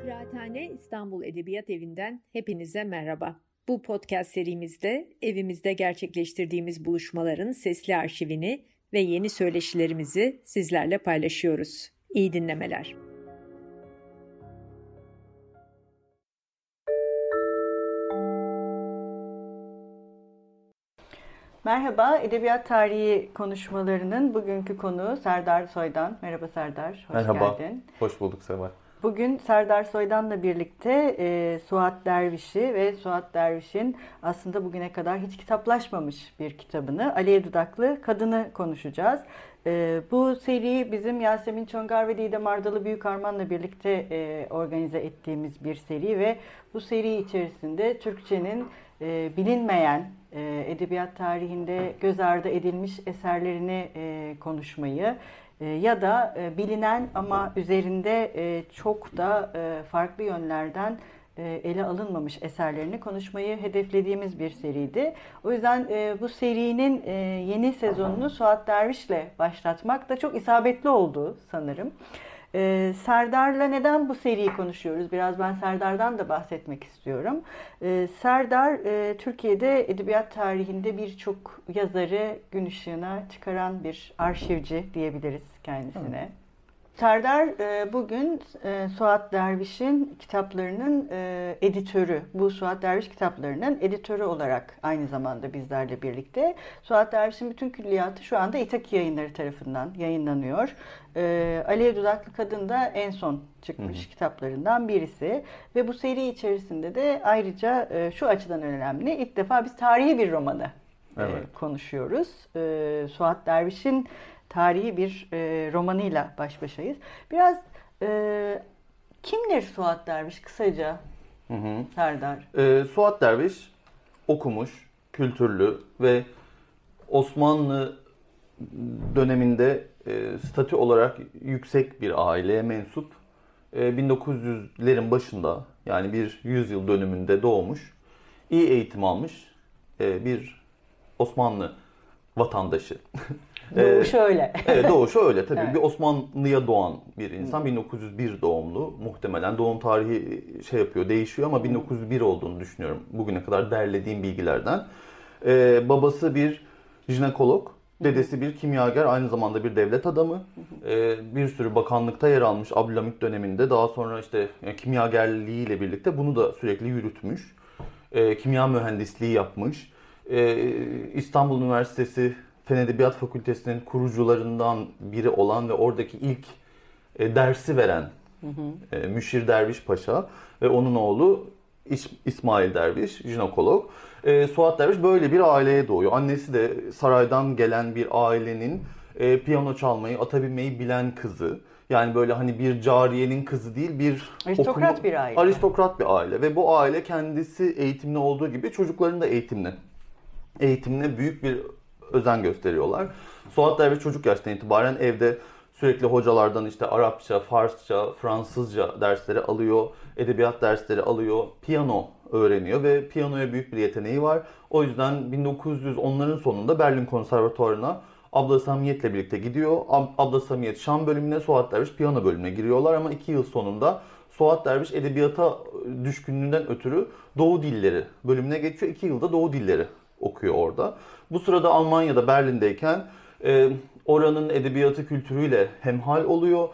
Kıraathane İstanbul Edebiyat Evi'nden hepinize merhaba. Bu podcast serimizde evimizde gerçekleştirdiğimiz buluşmaların sesli arşivini ve yeni söyleşilerimizi sizlerle paylaşıyoruz. İyi dinlemeler. Merhaba, Edebiyat Tarihi konuşmalarının bugünkü konuğu Serdar Soydan. Merhaba Serdar, hoş Merhaba, geldin. hoş bulduk Seval. Bugün Serdar Soydan'la birlikte Suat Derviş'i ve Suat Derviş'in aslında bugüne kadar hiç kitaplaşmamış bir kitabını, Alev Dudaklı Kadın'ı konuşacağız. Bu seri bizim Yasemin Çongar ve Didem Ardalı Büyükarman'la birlikte organize ettiğimiz bir seri ve bu seri içerisinde Türkçenin bilinmeyen edebiyat tarihinde göz ardı edilmiş eserlerini konuşmayı ya da bilinen ama üzerinde çok da farklı yönlerden ele alınmamış eserlerini konuşmayı hedeflediğimiz bir seriydi. O yüzden bu serinin yeni sezonunu Suat Derviş'le başlatmak da çok isabetli oldu sanırım. Serdar'la neden bu seriyi konuşuyoruz? Biraz ben Serdar'dan da bahsetmek istiyorum. Serdar, Türkiye'de edebiyat tarihinde birçok yazarı gün ışığına çıkaran bir arşivci diyebiliriz kendisine. Evet. Serdar bugün Suat Derviş'in kitaplarının editörü. Bu Suat Derviş kitaplarının editörü olarak aynı zamanda bizlerle birlikte. Suat Derviş'in bütün külliyatı şu anda İtaki Yayınları tarafından yayınlanıyor. Alev Dudaklı Kadın da en son çıkmış kitaplarından birisi. Ve bu seri içerisinde de ayrıca şu açıdan önemli. İlk defa biz tarihi bir romanı konuşuyoruz. Suat Derviş'in tarihi bir romanıyla baş başayız. Biraz kimdir Suat Derviş kısaca Serdar? Suat Derviş okumuş, kültürlü ve Osmanlı döneminde statü olarak yüksek bir aileye mensup. 1900'lerin başında yani bir yüzyıl dönümünde doğmuş, iyi eğitim almış bir Osmanlı vatandaşı. Doğuşu öyle. Evet, doğuşu öyle tabii. Evet. Bir Osmanlı'ya doğan bir insan. 1901 doğumlu. Muhtemelen doğum tarihi değişiyor ama 1901 olduğunu düşünüyorum. Bugüne kadar derlediğim bilgilerden. Babası bir jinekolog. Dedesi bir kimyager, aynı zamanda bir devlet adamı. Bir sürü bakanlıkta yer almış Abdülhamit döneminde. Daha sonra kimyagerliğiyle birlikte bunu da sürekli yürütmüş. Kimya mühendisliği yapmış. İstanbul Üniversitesi Fen Edebiyat Fakültesi'nin kurucularından biri olan ve oradaki ilk dersi veren Müşir Derviş Paşa ve onun oğlu İsmail Derviş, jinekolog. Suat Derviş böyle bir aileye doğuyor. Annesi de saraydan gelen bir ailenin piyano çalmayı, ata binmeyi bilen kızı. Yani böyle hani bir cariyenin kızı değil, bir aristokrat bir aile. Aristokrat bir aile ve bu aile kendisi eğitimli olduğu gibi çocukların da eğitimine büyük bir özen gösteriyorlar. Suat Derviş çocuk yaştan itibaren evde sürekli hocalardan Arapça, Farsça, Fransızca dersleri alıyor, edebiyat dersleri alıyor, piyano öğreniyor ve piyanoya büyük bir yeteneği var. O yüzden 1910'ların sonunda Berlin Konservatuvarı'na Abla Samiyet'le birlikte gidiyor. Abla Samiyet Şan bölümüne, Suat Derviş piyano bölümüne giriyorlar ama 2 yıl sonunda Suat Derviş edebiyata düşkünlüğünden ötürü Doğu Dilleri bölümüne geçiyor. 2 yılda Doğu Dilleri okuyor orada. Bu sırada Almanya'da, Berlin'deyken oranın edebiyatı kültürüyle hemhal oluyor.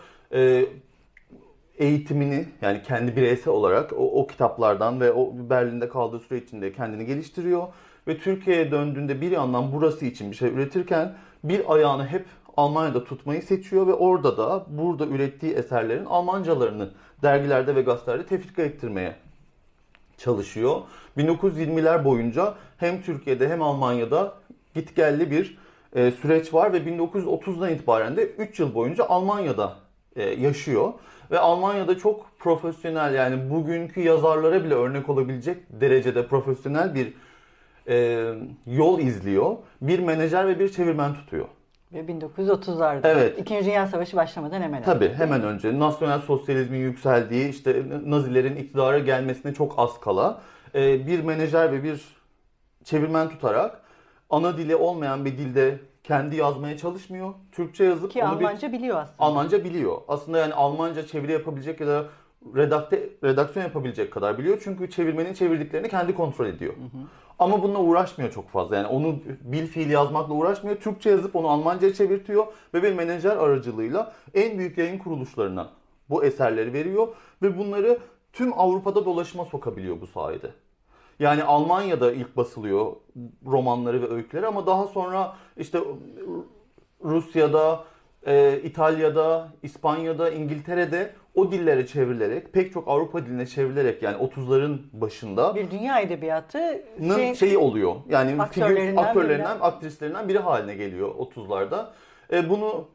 Eğitimini yani kendi bireysel olarak o kitaplardan ve o Berlin'de kaldığı süre içinde kendini geliştiriyor. Ve Türkiye'ye döndüğünde bir yandan burası için bir şey üretirken bir ayağını hep Almanya'da tutmayı seçiyor ve orada da burada ürettiği eserlerin Almancalarını dergilerde ve gazetelerde tefrika ettirmeye çalışıyor. 1920'ler boyunca hem Türkiye'de hem Almanya'da gitgelli bir süreç var ve 1930'dan itibaren de 3 yıl boyunca Almanya'da yaşıyor. Ve Almanya'da çok profesyonel, yani bugünkü yazarlara bile örnek olabilecek derecede profesyonel bir yol izliyor. Bir menajer ve bir çevirmen tutuyor. Ve 1930'larda. Evet. İkinci Dünya Savaşı başlamadan hemen önce. Tabii hemen önce. Nasyonel sosyalizmin yükseldiği, Nazilerin iktidara gelmesine çok az kala bir menajer ve bir çevirmen tutarak ana dili olmayan bir dilde kendi yazmaya çalışmıyor. Türkçe yazıp ki Almanca biliyor aslında. Almanca biliyor. Aslında yani Almanca çeviri yapabilecek ya da redaksiyon yapabilecek kadar biliyor. Çünkü çevirmenin çevirdiklerini kendi kontrol ediyor. Ama bununla uğraşmıyor çok fazla. Yani onu bil fiil yazmakla uğraşmıyor. Türkçe yazıp onu Almanca'ya çevirtiyor ve bir menajer aracılığıyla en büyük yayın kuruluşlarına bu eserleri veriyor ve bunları tüm Avrupa'da dolaşıma sokabiliyor bu sayede. Yani Almanya'da ilk basılıyor romanları ve öyküleri ama daha sonra işte Rusya'da, İtalya'da, İspanya'da, İngiltere'de o dillere çevrilerek, pek çok Avrupa diline çevrilerek yani 30'ların başında bir dünya edebiyatı şeyi oluyor. Yani aktörlerinden, aktrislerinden biri haline geliyor 30'larda. Bunu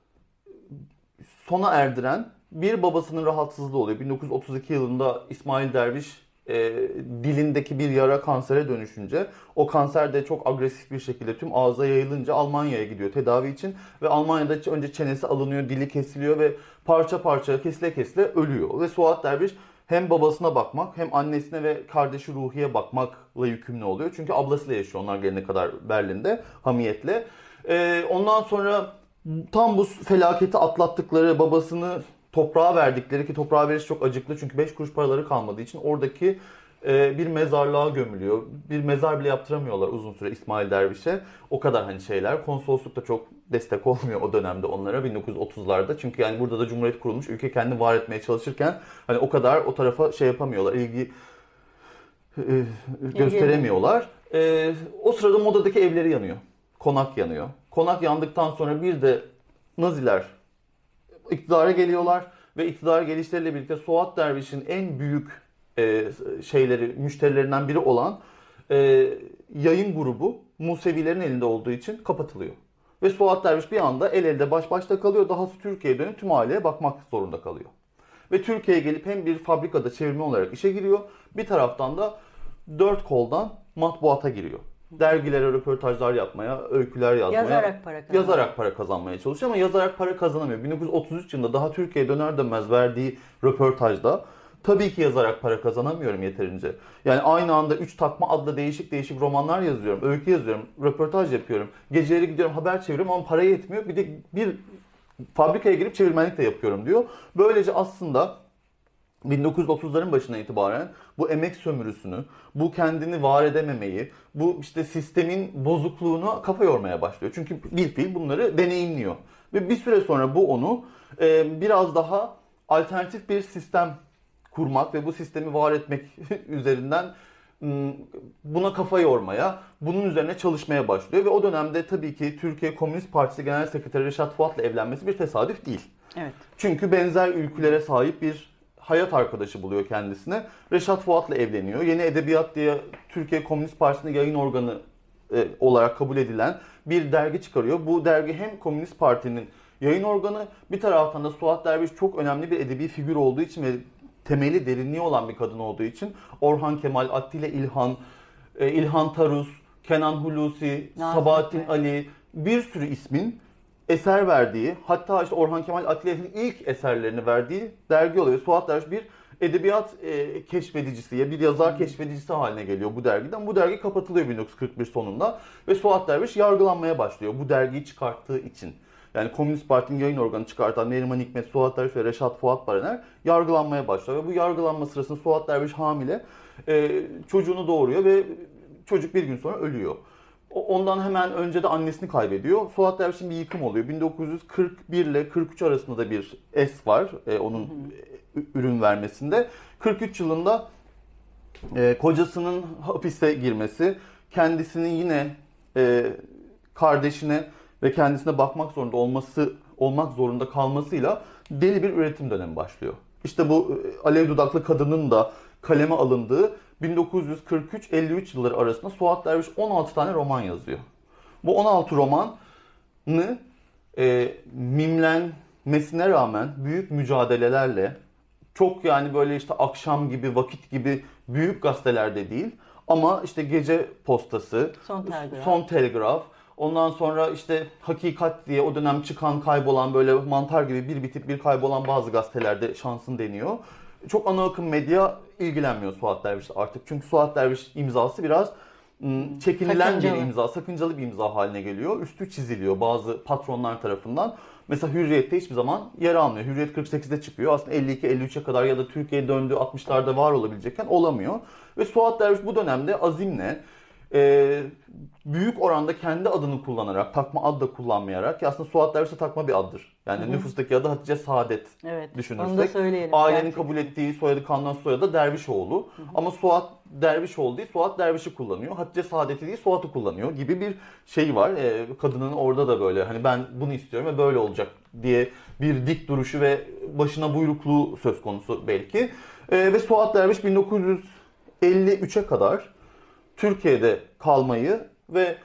sona erdiren bir babasının rahatsızlığı oluyor. 1932 yılında İsmail Derviş dilindeki bir yara kansere dönüşünce o kanser de çok agresif bir şekilde tüm ağza yayılınca Almanya'ya gidiyor tedavi için ve Almanya'da önce çenesi alınıyor, dili kesiliyor ve parça parça kesile kesile ölüyor. Ve Suat Derviş hem babasına bakmak hem annesine ve kardeşi Ruhi'ye bakmakla yükümlü oluyor. Çünkü ablasıyla yaşıyor onlar gelene kadar Berlin'de hamiyetle. Ondan sonra tam bu felaketi atlattıkları babasını toprağa verdikleri ki toprağa veriş çok acıklı çünkü 5 kuruş paraları kalmadığı için oradaki bir mezarlığa gömülüyor. Bir mezar bile yaptıramıyorlar uzun süre İsmail Derviş'e. O kadar hani şeyler. Konsolosluk da çok destek olmuyor o dönemde onlara 1930'larda. Çünkü yani burada da Cumhuriyet kurulmuş. Ülke kendini var etmeye çalışırken hani o kadar o tarafa şey yapamıyorlar. İlgi gösteremiyorlar. O sırada Moda'daki evleri yanıyor. Konak yanıyor. Konak yandıktan sonra bir de Naziler iktidara geliyorlar ve iktidar gelişleriyle birlikte Suat Derviş'in en büyük müşterilerinden biri olan yayın grubu Musevilerin elinde olduğu için kapatılıyor. Ve Suat Derviş bir anda el elde baş başta kalıyor. Dahası Türkiye'ye dönüp tüm aileye bakmak zorunda kalıyor. Ve Türkiye'ye gelip hem bir fabrikada çevirmen olarak işe giriyor. Bir taraftan da dört koldan matbuata giriyor. Dergilere röportajlar yapmaya, öyküler yazmaya, yazarak para kazanmaya çalışıyor ama yazarak para kazanamıyor. 1933 yılında daha Türkiye'ye döner dönmez verdiği röportajda tabii ki yazarak para kazanamıyorum yeterince. Yani aynı anda 3 takma adlı değişik değişik romanlar yazıyorum, öykü yazıyorum, röportaj yapıyorum. Geceleri gidiyorum haber çeviriyorum ama para yetmiyor. Bir de bir fabrikaya girip çevirmenlik de yapıyorum diyor. Böylece aslında 1930'ların başına itibaren bu emek sömürüsünü, bu kendini var edememeyi, bu işte sistemin bozukluğunu kafa yormaya başlıyor. Çünkü bilfiil bunları deneyimliyor. Ve bir süre sonra bu onu biraz daha alternatif bir sistem kurmak ve bu sistemi var etmek üzerinden buna kafa yormaya, bunun üzerine çalışmaya başlıyor. Ve o dönemde tabii ki Türkiye Komünist Partisi Genel Sekreteri Reşat Fuat'la evlenmesi bir tesadüf değil. Evet. Çünkü benzer ülkülere sahip bir hayat arkadaşı buluyor kendisine. Reşat Fuat'la evleniyor. Yeni Edebiyat diye Türkiye Komünist Partisi'nin yayın organı olarak kabul edilen bir dergi çıkarıyor. Bu dergi hem Komünist Parti'nin yayın organı, bir taraftan da Suat Derviş çok önemli bir edebi figür olduğu için ve temeli derinliği olan bir kadın olduğu için Orhan Kemal, Attila İlhan, İlhan Tarus, Kenan Hulusi, Sabahattin Ali bir sürü ismin eser verdiği, hatta işte Orhan Kemal Atilla'nın ilk eserlerini verdiği dergi oluyor. Suat Derviş bir edebiyat keşfedicisi, bir yazar keşfedicisi haline geliyor bu dergiden. Bu dergi kapatılıyor 1941 sonunda ve Suat Derviş yargılanmaya başlıyor bu dergiyi çıkarttığı için. Yani Komünist Parti'nin yayın organı çıkartan Neriman Hikmet, Suat Derviş ve Reşat Fuat Baraner yargılanmaya başlıyor. Ve bu yargılanma sırasında Suat Derviş hamile, çocuğunu doğuruyor ve çocuk bir gün sonra ölüyor. Ondan hemen önce de annesini kaybediyor. Suat Derviş'in bir yıkım oluyor. 1941 ile 43 arasında da bir es var onun ürün vermesinde. 43 yılında kocasının hapise girmesi, kendisinin yine kardeşine ve kendisine bakmak zorunda olmak zorunda kalmasıyla deli bir üretim dönemi başlıyor. İşte bu Alev Dudaklı Kadının da kaleme alındığı 1943-53 yılları arasında Suat Derviş 16 tane roman yazıyor. Bu 16 romanı mimlenmesine rağmen büyük mücadelelerle, çok yani böyle işte Akşam gibi, Vakit gibi büyük gazetelerde değil ama işte Gece Postası, Son Telgraf, ondan sonra işte Hakikat diye o dönem çıkan, kaybolan, böyle mantar gibi bir bitip bir kaybolan bazı gazetelerde şansın deniyor. Çok ana akım medya ilgilenmiyor Suat Derviş artık. Çünkü Suat Derviş imzası biraz çekinilen bir imza, sakıncalı bir imza haline geliyor. Üstü çiziliyor bazı patronlar tarafından. mesela Hürriyet'te hiçbir zaman yer almıyor. Hürriyet 48'de çıkıyor. Aslında 52-53'e kadar ya da Türkiye'ye döndüğü 60'larda var olabilecekken olamıyor. Ve Suat Derviş bu dönemde azimle büyük oranda kendi adını kullanarak, takma ad da kullanmayarak, ki aslında Suat Derviş de takma bir addır. Yani nüfustaki adı Hatice Saadet düşünürsek. Onu da söyleyelim. Ailenin gerçekten kabul ettiği soyadı, kandan soyadı Dervişoğlu. Ama Suat Dervişoğlu değil, Suat Derviş'i kullanıyor. Hatice Saadet'i değil, Suat'ı kullanıyor gibi bir şey var. Kadının orada da böyle hani ben bunu istiyorum ve böyle olacak diye bir dik duruşu ve başına buyrukluğu söz konusu belki. Ve Suat Derviş 1953'e kadar Türkiye'de kalmayı ve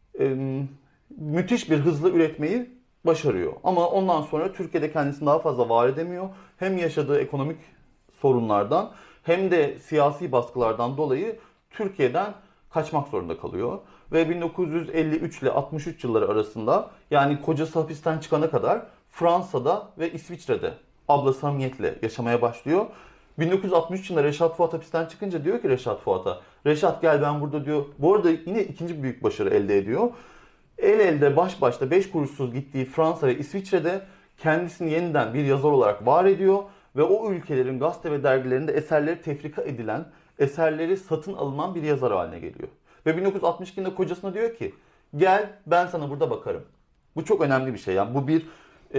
müthiş bir hızla üretmeyi başarıyor. Ama ondan sonra Türkiye'de kendisini daha fazla var edemiyor. Hem yaşadığı ekonomik sorunlardan hem de siyasi baskılardan dolayı Türkiye'den kaçmak zorunda kalıyor. Ve 1953 ile 63 yılları arasında, yani kocası hapisten çıkana kadar Fransa'da ve İsviçre'de ablası Hamiyet'le yaşamaya başlıyor. 1963 yılında Reşat Fuat hapisten çıkınca diyor ki Reşat Fuat'a, Reşat gel ben burada diyor. Bu arada yine ikinci büyük başarı elde ediyor. El elde baş başta 5 kuruşsuz gittiği Fransa ve İsviçre'de kendisini yeniden bir yazar olarak var ediyor. Ve o ülkelerin gazete ve dergilerinde eserleri tefrika edilen, eserleri satın alınan bir yazar haline geliyor. Ve 1962'de kocasına diyor ki gel ben sana burada bakarım. Bu çok önemli bir şey. Yani bu bir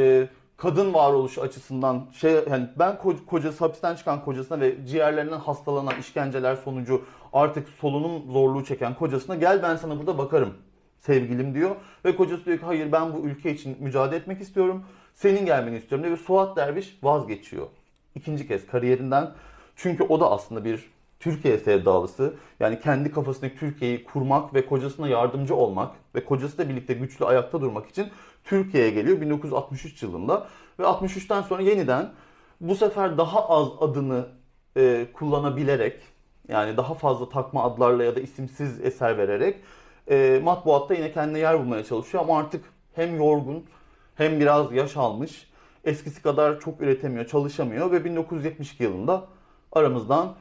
kadın varoluşu açısından yani ben kocası hapisten çıkan kocasına ve ciğerlerinden hastalanan işkenceler sonucu artık solunum zorluğu çeken kocasına gel ben sana burada bakarım sevgilim diyor. Ve kocası diyor ki hayır ben bu ülke için mücadele etmek istiyorum. Senin gelmeni istiyorum diyor. Ve Suat Derviş vazgeçiyor. İkinci kez kariyerinden. Çünkü o da aslında bir Türkiye sevdalısı. Yani kendi kafasındaki Türkiye'yi kurmak ve kocasına yardımcı olmak ve kocasıyla birlikte güçlü ayakta durmak için Türkiye'ye geliyor 1963 yılında. Ve 63'ten sonra yeniden bu sefer daha az adını kullanabilerek, yani daha fazla takma adlarla ya da isimsiz eser vererek matbuatta yine kendine yer bulmaya çalışıyor. Ama artık hem yorgun hem biraz yaş almış, eskisi kadar çok üretemiyor, çalışamıyor ve 1972 yılında aramızdan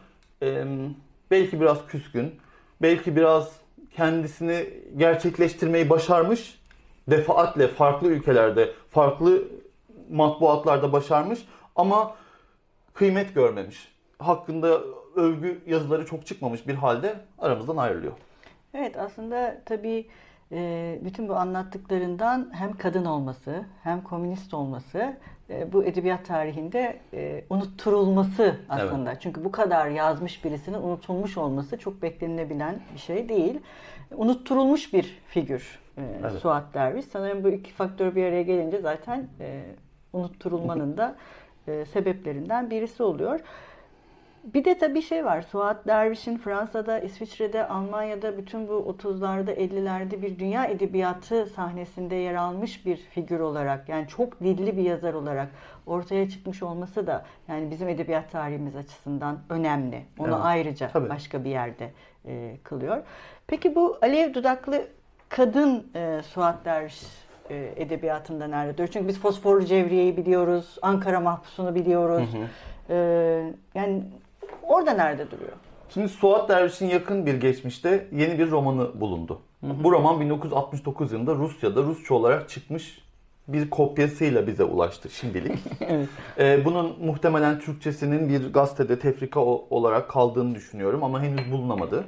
belki biraz küskün, belki biraz kendisini gerçekleştirmeyi başarmış, defaatle farklı ülkelerde, farklı matbuatlarda başarmış ama kıymet görmemiş. Hakkında övgü yazıları çok çıkmamış bir halde aramızdan ayrılıyor. Evet, aslında tabii bütün bu anlattıklarından hem kadın olması hem komünist olması bu edebiyat tarihinde unutturulması aslında. Evet. Çünkü bu kadar yazmış birisinin unutulmuş olması çok beklenilebilen bir şey değil. Unutturulmuş bir figür evet. Suat Derviş. Sanırım bu iki faktör bir araya gelince zaten unutturulmanın da sebeplerinden birisi oluyor. Bir de tabii şey var, Suat Derviş'in Fransa'da, İsviçre'de, Almanya'da bütün bu 30'larda, 50'lerde bir dünya edebiyatı sahnesinde yer almış bir figür olarak, yani çok dilli bir yazar olarak ortaya çıkmış olması da yani bizim edebiyat tarihimiz açısından önemli. Onu evet. Ayrıca tabii. Başka bir yerde kılıyor. Peki bu alev dudaklı kadın Suat Derviş edebiyatında nerede duruyor? Çünkü biz Fosforlu Cevriye'yi biliyoruz, Ankara Mahpusunu biliyoruz. Hı hı. Yani orada nerede duruyor? Şimdi Suat Derviş'in yakın bir geçmişte yeni bir romanı bulundu. Hı hı. Bu roman 1969 yılında Rusya'da Rusça olarak çıkmış bir kopyasıyla bize ulaştı şimdilik. Evet. Bunun muhtemelen Türkçesinin bir gazetede tefrika olarak kaldığını düşünüyorum ama henüz bulunamadı.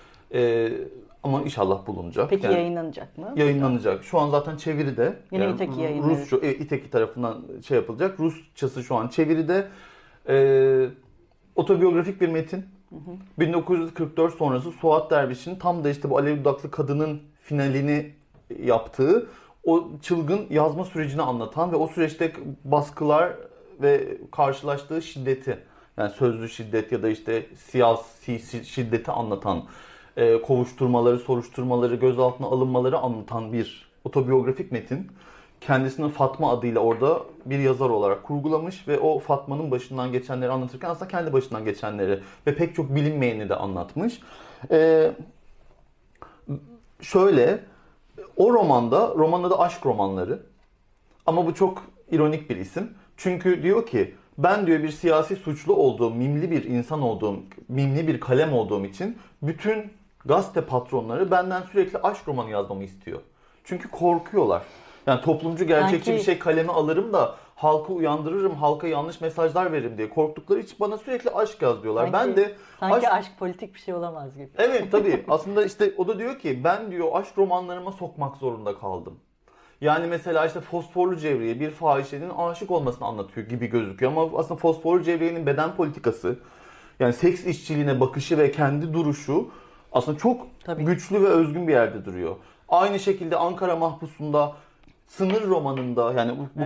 Ama inşallah bulunacak. Peki yani, yayınlanacak mı? Yayınlanacak. Şu an zaten çeviride. Yine yani İtaki yayınları. Rusça, İtaki tarafından şey yapılacak. Rusçası şu an çeviride. Otobiyografik bir metin. Hı hı. 1944 sonrası Suat Derviş'in tam da işte bu alev dudaklı kadının finalini yaptığı o çılgın yazma sürecini anlatan ve o süreçte baskılar ve karşılaştığı şiddeti, yani sözlü şiddet ya da işte siyasi şiddeti anlatan, kovuşturmaları, soruşturmaları, gözaltına alınmaları anlatan bir otobiyografik metin. Kendisini Fatma adıyla orada bir yazar olarak kurgulamış ve o Fatma'nın başından geçenleri anlatırken aslında kendi başından geçenleri ve pek çok bilinmeyeni de anlatmış. Şöyle, o romanın adı Aşk Romanları ama bu çok ironik bir isim. Çünkü diyor ki ben diyor bir siyasi suçlu olduğum, mimli bir insan olduğum, mimli bir kalem olduğum için bütün gazete patronları benden sürekli aşk romanı yazmamı istiyor. Çünkü korkuyorlar. Yani toplumcu gerçekçi bir şey kaleme alırım da halkı uyandırırım, halka yanlış mesajlar veririm diye korktukları için bana sürekli aşk yaz diyorlar. Sanki aşk politik bir şey olamaz gibi. Evet tabii. Aslında işte o da diyor ki ben diyor aşk romanlarıma sokmak zorunda kaldım. Yani mesela işte Fosforlu Cevriye bir fahişenin aşık olmasını anlatıyor gibi gözüküyor ama aslında Fosforlu Cevriye'nin beden politikası, yani seks işçiliğine bakışı ve kendi duruşu aslında çok güçlü ve özgün bir yerde duruyor. Aynı şekilde Ankara Mahpus'unda, Sınır romanında, yani bu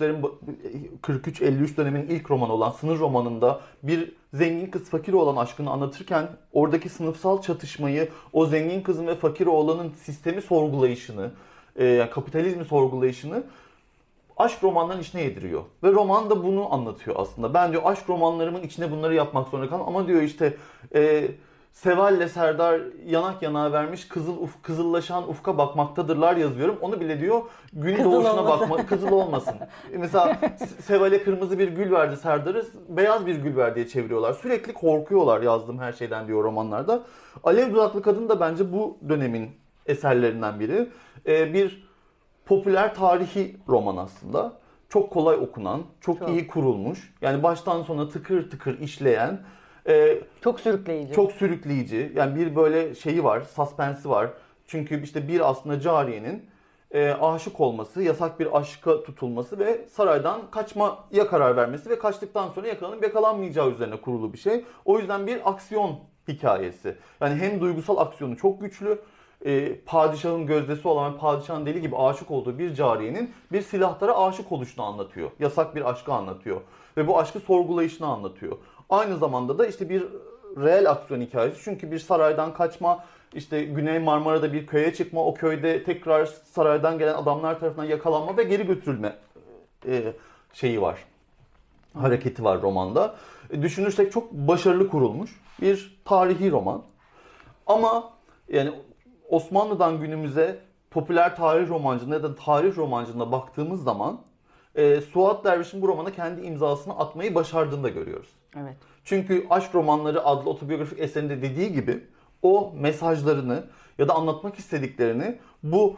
43-53 dönemin ilk romanı olan Sınır romanında bir zengin kız fakir oğlan aşkını anlatırken oradaki sınıfsal çatışmayı, o zengin kızın ve fakir oğlanın sistemi sorgulayışını, yani kapitalizmi sorgulayışını aşk romanların içine yediriyor. Ve roman da bunu anlatıyor aslında. Ben diyor aşk romanlarımın içine bunları yapmak zorunda kaldım ama diyor işte Seval'le Serdar yanak yanağa vermiş kızıllaşan ufka bakmaktadırlar yazıyorum. Onu bile diyor gün Kızıl doğuşuna olmasın. kızıl olmasın. Mesela Seval'e kırmızı bir gül verdi, Serdar'ı beyaz bir gül ver diye çeviriyorlar. Sürekli korkuyorlar yazdığım her şeyden diyor romanlarda. Alev Dudaklı Kadın da bence bu dönemin eserlerinden biri. Bir popüler tarihi roman aslında. Çok kolay okunan, çok iyi kurulmuş. Yani baştan sona tıkır tıkır işleyen, Çok sürükleyici. çok sürükleyici. Yani bir böyle şeyi var, suspensi var. Çünkü işte bir aslında cariyenin aşık olması, yasak bir aşka tutulması ve saraydan kaçmaya karar vermesi ve kaçtıktan sonra yakalanıp yakalanmayacağı üzerine kurulu bir şey. O yüzden bir aksiyon hikayesi. Yani hem duygusal aksiyonu çok güçlü, padişahın gözdesi olan, padişahın deli gibi aşık olduğu bir cariyenin bir silahtara aşık oluşunu anlatıyor. Yasak bir aşkı anlatıyor. Ve bu aşkı sorgulayışını anlatıyor. Aynı zamanda da işte bir reel aksiyon hikayesi. Çünkü bir saraydan kaçma, işte Güney Marmara'da bir köye çıkma, o köyde tekrar saraydan gelen adamlar tarafından yakalanma ve geri götürülme şeyi var. Hareketi var romanda. Düşünürsek çok başarılı kurulmuş bir tarihi roman. Ama yani Osmanlı'dan günümüze popüler tarih romancılığına ya da tarih romancılığına baktığımız zaman Suat Derviş'in bu romana kendi imzasını atmayı başardığını da görüyoruz. Evet. Çünkü Aşk Romanları adlı otobiyografik eserinde dediği gibi o mesajlarını ya da anlatmak istediklerini bu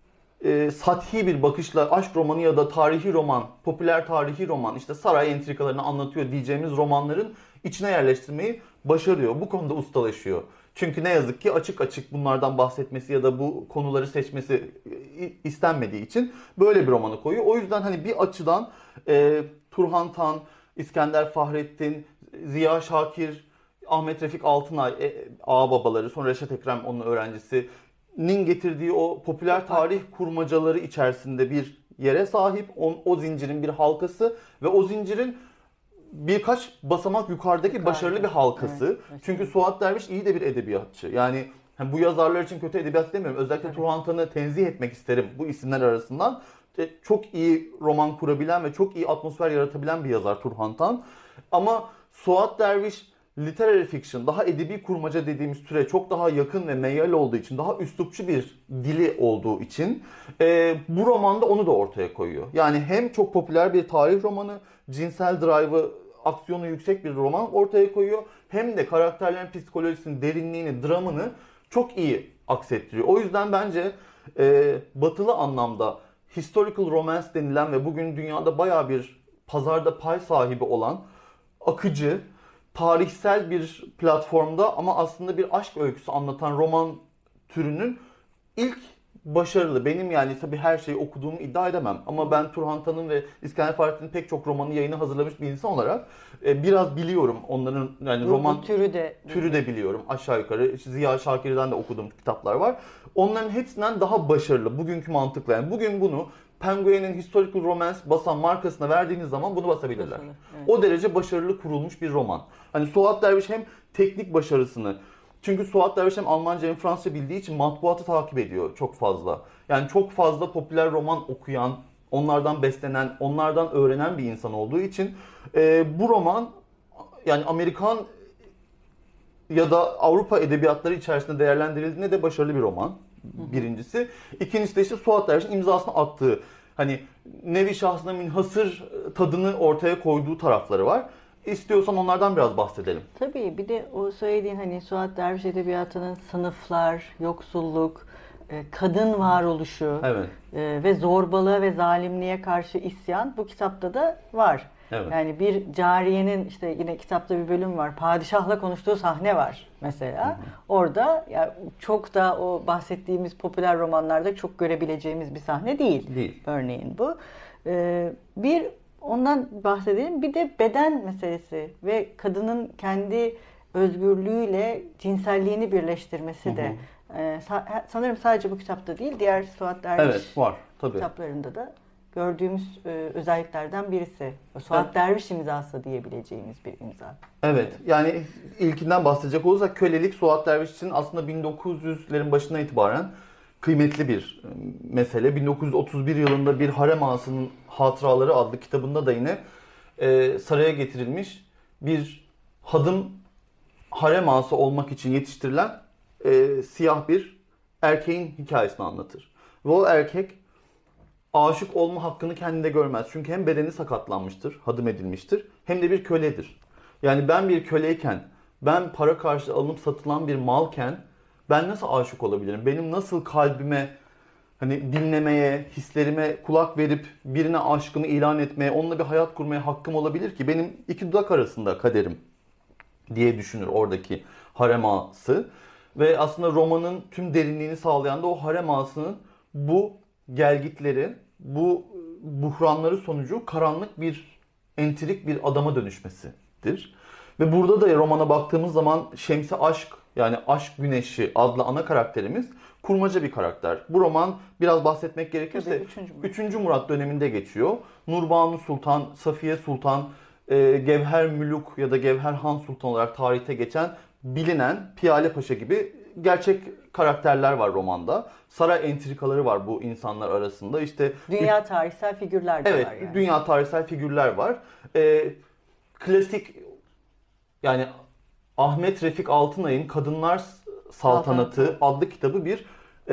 sathi bir bakışla aşk romanı ya da tarihi roman, popüler tarihi roman, işte saray entrikalarını anlatıyor diyeceğimiz romanların içine yerleştirmeyi başarıyor. Bu konuda ustalaşıyor. Çünkü ne yazık ki açık açık bunlardan bahsetmesi ya da bu konuları seçmesi istenmediği için böyle bir romanı koyuyor. O yüzden hani bir açıdan Turhan Tan, İskender Fahrettin, Ziya Şakir, Ahmet Refik Altınay, ağababaları, sonra Reşat Ekrem onun öğrencisi,'nin getirdiği o popüler tarih kurmacaları içerisinde bir yere sahip. O zincirin bir halkası ve o zincirin birkaç basamak yukarıdaki başarılı bir halkası. Evet. Çünkü Suat Derviş iyi de bir edebiyatçı. Yani bu yazarlar için kötü edebiyat demiyorum. Özellikle Turhan Tan'ı tenzih etmek isterim bu isimler arasından. Çok iyi roman kurabilen ve çok iyi atmosfer yaratabilen bir yazar Turhan Tan. Ama Suat Derviş literary fiction, daha edebi kurmaca dediğimiz türe çok daha yakın ve meyyal olduğu için, daha üslupçu bir dili olduğu için bu romanda onu da ortaya koyuyor. Yani hem çok popüler bir tarih romanı, cinsel drive'ı, aksiyonu yüksek bir roman ortaya koyuyor. Hem de karakterlerin psikolojisinin derinliğini, dramını çok iyi aksettiriyor. O yüzden bence batılı anlamda historical romance denilen ve bugün dünyada bayağı bir pazarda pay sahibi olan akıcı, tarihsel bir platformda ama aslında bir aşk öyküsü anlatan roman türünün ilk başarılı. Benim yani tabii her şeyi okuduğumu iddia edemem. Ama ben Turhan Tan'ın ve İskender Fahrettin'in pek çok romanı yayına hazırlamış bir insan olarak biraz biliyorum onların yani roman türü de biliyorum aşağı yukarı. İşte Ziya Şakir'den de okuduğum kitaplar var. Onların hepsinden daha başarılı bugünkü mantıkla. Yani bugün bunu Penguin'in Historical Romance basan markasına verdiğiniz zaman bunu basabilirler. Evet. O derece başarılı kurulmuş bir roman. Hani Suat Derviş hem teknik başarısını, çünkü Suat Derviş hem Almanca hem Fransızca bildiği için matbuatı takip ediyor çok fazla. Yani çok fazla popüler roman okuyan, onlardan beslenen, onlardan öğrenen bir insan olduğu için bu roman yani Amerikan ya da Avrupa edebiyatları içerisinde değerlendirildiğinde de başarılı bir roman. Birincisi. İkincisi de işte Suat Derviş'in imzasını attığı, hani nevi şahsına münhasır tadını ortaya koyduğu tarafları var. İstiyorsan onlardan biraz bahsedelim. Tabii bir de o söylediğin hani Suat Derviş edebiyatının sınıflar, yoksulluk, kadın varoluşu Evet. Ve zorbalığa ve zalimliğe karşı isyan bu kitapta da var. Evet. Yani bir cariyenin işte yine kitapta bir bölüm var. Padişahla konuştuğu sahne var mesela. Hı hı. Orada yani çok da o bahsettiğimiz popüler romanlarda çok görebileceğimiz bir sahne değil. Örneğin bu. Bir ondan bahsedelim. Bir de beden meselesi ve kadının kendi özgürlüğüyle cinselliğini birleştirmesi de sanırım sadece bu kitapta değil, diğer Suat Derviş var, tabii. kitaplarında da gördüğümüz özelliklerden birisi. Suat Derviş imzası diyebileceğimiz bir imza. Evet, yani ilkinden bahsedecek olursak kölelik Suat Derviş için aslında 1900'lerin başına itibaren kıymetli bir mesele. 1931 yılında Bir Harem Ağası'nın Hatıraları adlı kitabında da yine saraya getirilmiş bir hadım harem ağası olmak için yetiştirilen siyah bir erkeğin hikayesini anlatır. Ve o erkek aşık olma hakkını kendinde görmez. Çünkü hem bedeni sakatlanmıştır, hadım edilmiştir, hem de bir köledir. Yani ben bir köleyken, ben para karşılığı alınıp satılan bir malken ben nasıl aşık olabilirim? Benim nasıl kalbime, hani dinlemeye, hislerime kulak verip birine aşkımı ilan etmeye, onunla bir hayat kurmaya hakkım olabilir ki? Benim iki dudak arasında kaderim diye düşünür oradaki harem ağası. Ve aslında romanın tüm derinliğini sağlayan da o harem ağasının bu gelgitleri, bu buhranları sonucu karanlık bir, entrik bir adama dönüşmesidir. Ve burada da romana baktığımız zaman Şemsi Aşk, yani Aşk Güneşi adlı ana karakterimiz kurmaca bir karakter. Bu roman biraz bahsetmek gerekirse 3. Murat döneminde geçiyor. Nurbanu Sultan, Safiye Sultan, Gevher Mülük ya da Gevher Han Sultan olarak tarihte geçen bilinen Piyale Paşa gibi gerçek karakterler var romanda. Saray entrikaları var bu insanlar arasında. İşte dünya tarihsel figürler de var yani. Evet, dünya tarihsel figürler var. Klasik, yani Ahmet Refik Altınay'ın Kadınlar Saltanatı adlı kitabı bir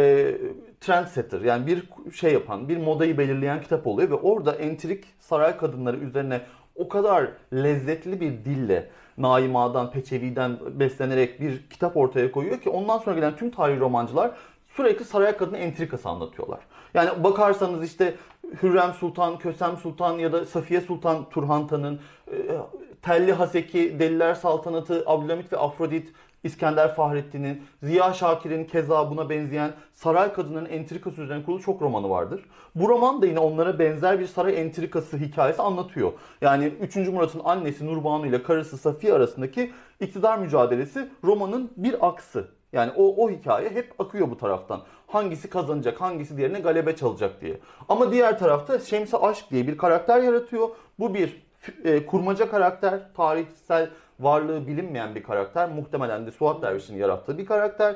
trendsetter, yani bir şey yapan, bir modayı belirleyen kitap oluyor ve orada entrik saray kadınları üzerine o kadar lezzetli bir dille Naimadan, Peçevi'den beslenerek bir kitap ortaya koyuyor ki ondan sonra gelen tüm tarihi romancılar sürekli saray kadını entrikası anlatıyorlar. Yani bakarsanız işte Hürrem Sultan, Kösem Sultan ya da Safiye Sultan Turhantan'ın, Telli Haseki, Deliler Saltanatı, Abdülhamit ve Afrodit, İskender Fahrettin'in, Ziya Şakir'in keza buna benzeyen saray kadınlarının entrikası üzerine kurulu çok romanı vardır. Bu roman da yine onlara benzer bir saray entrikası hikayesi anlatıyor. Yani 3. Murat'ın annesi Nurbanu ile karısı Safiye arasındaki iktidar mücadelesi romanın bir aksı. Yani o hikaye hep akıyor bu taraftan. Hangisi kazanacak, hangisi diğerine galebe çalacak diye. Ama diğer tarafta Şemsi Aşk diye bir karakter yaratıyor. Bu bir kurmaca karakter, tarihsel varlığı bilinmeyen bir karakter. Muhtemelen de Suat Derviş'in yarattığı bir karakter.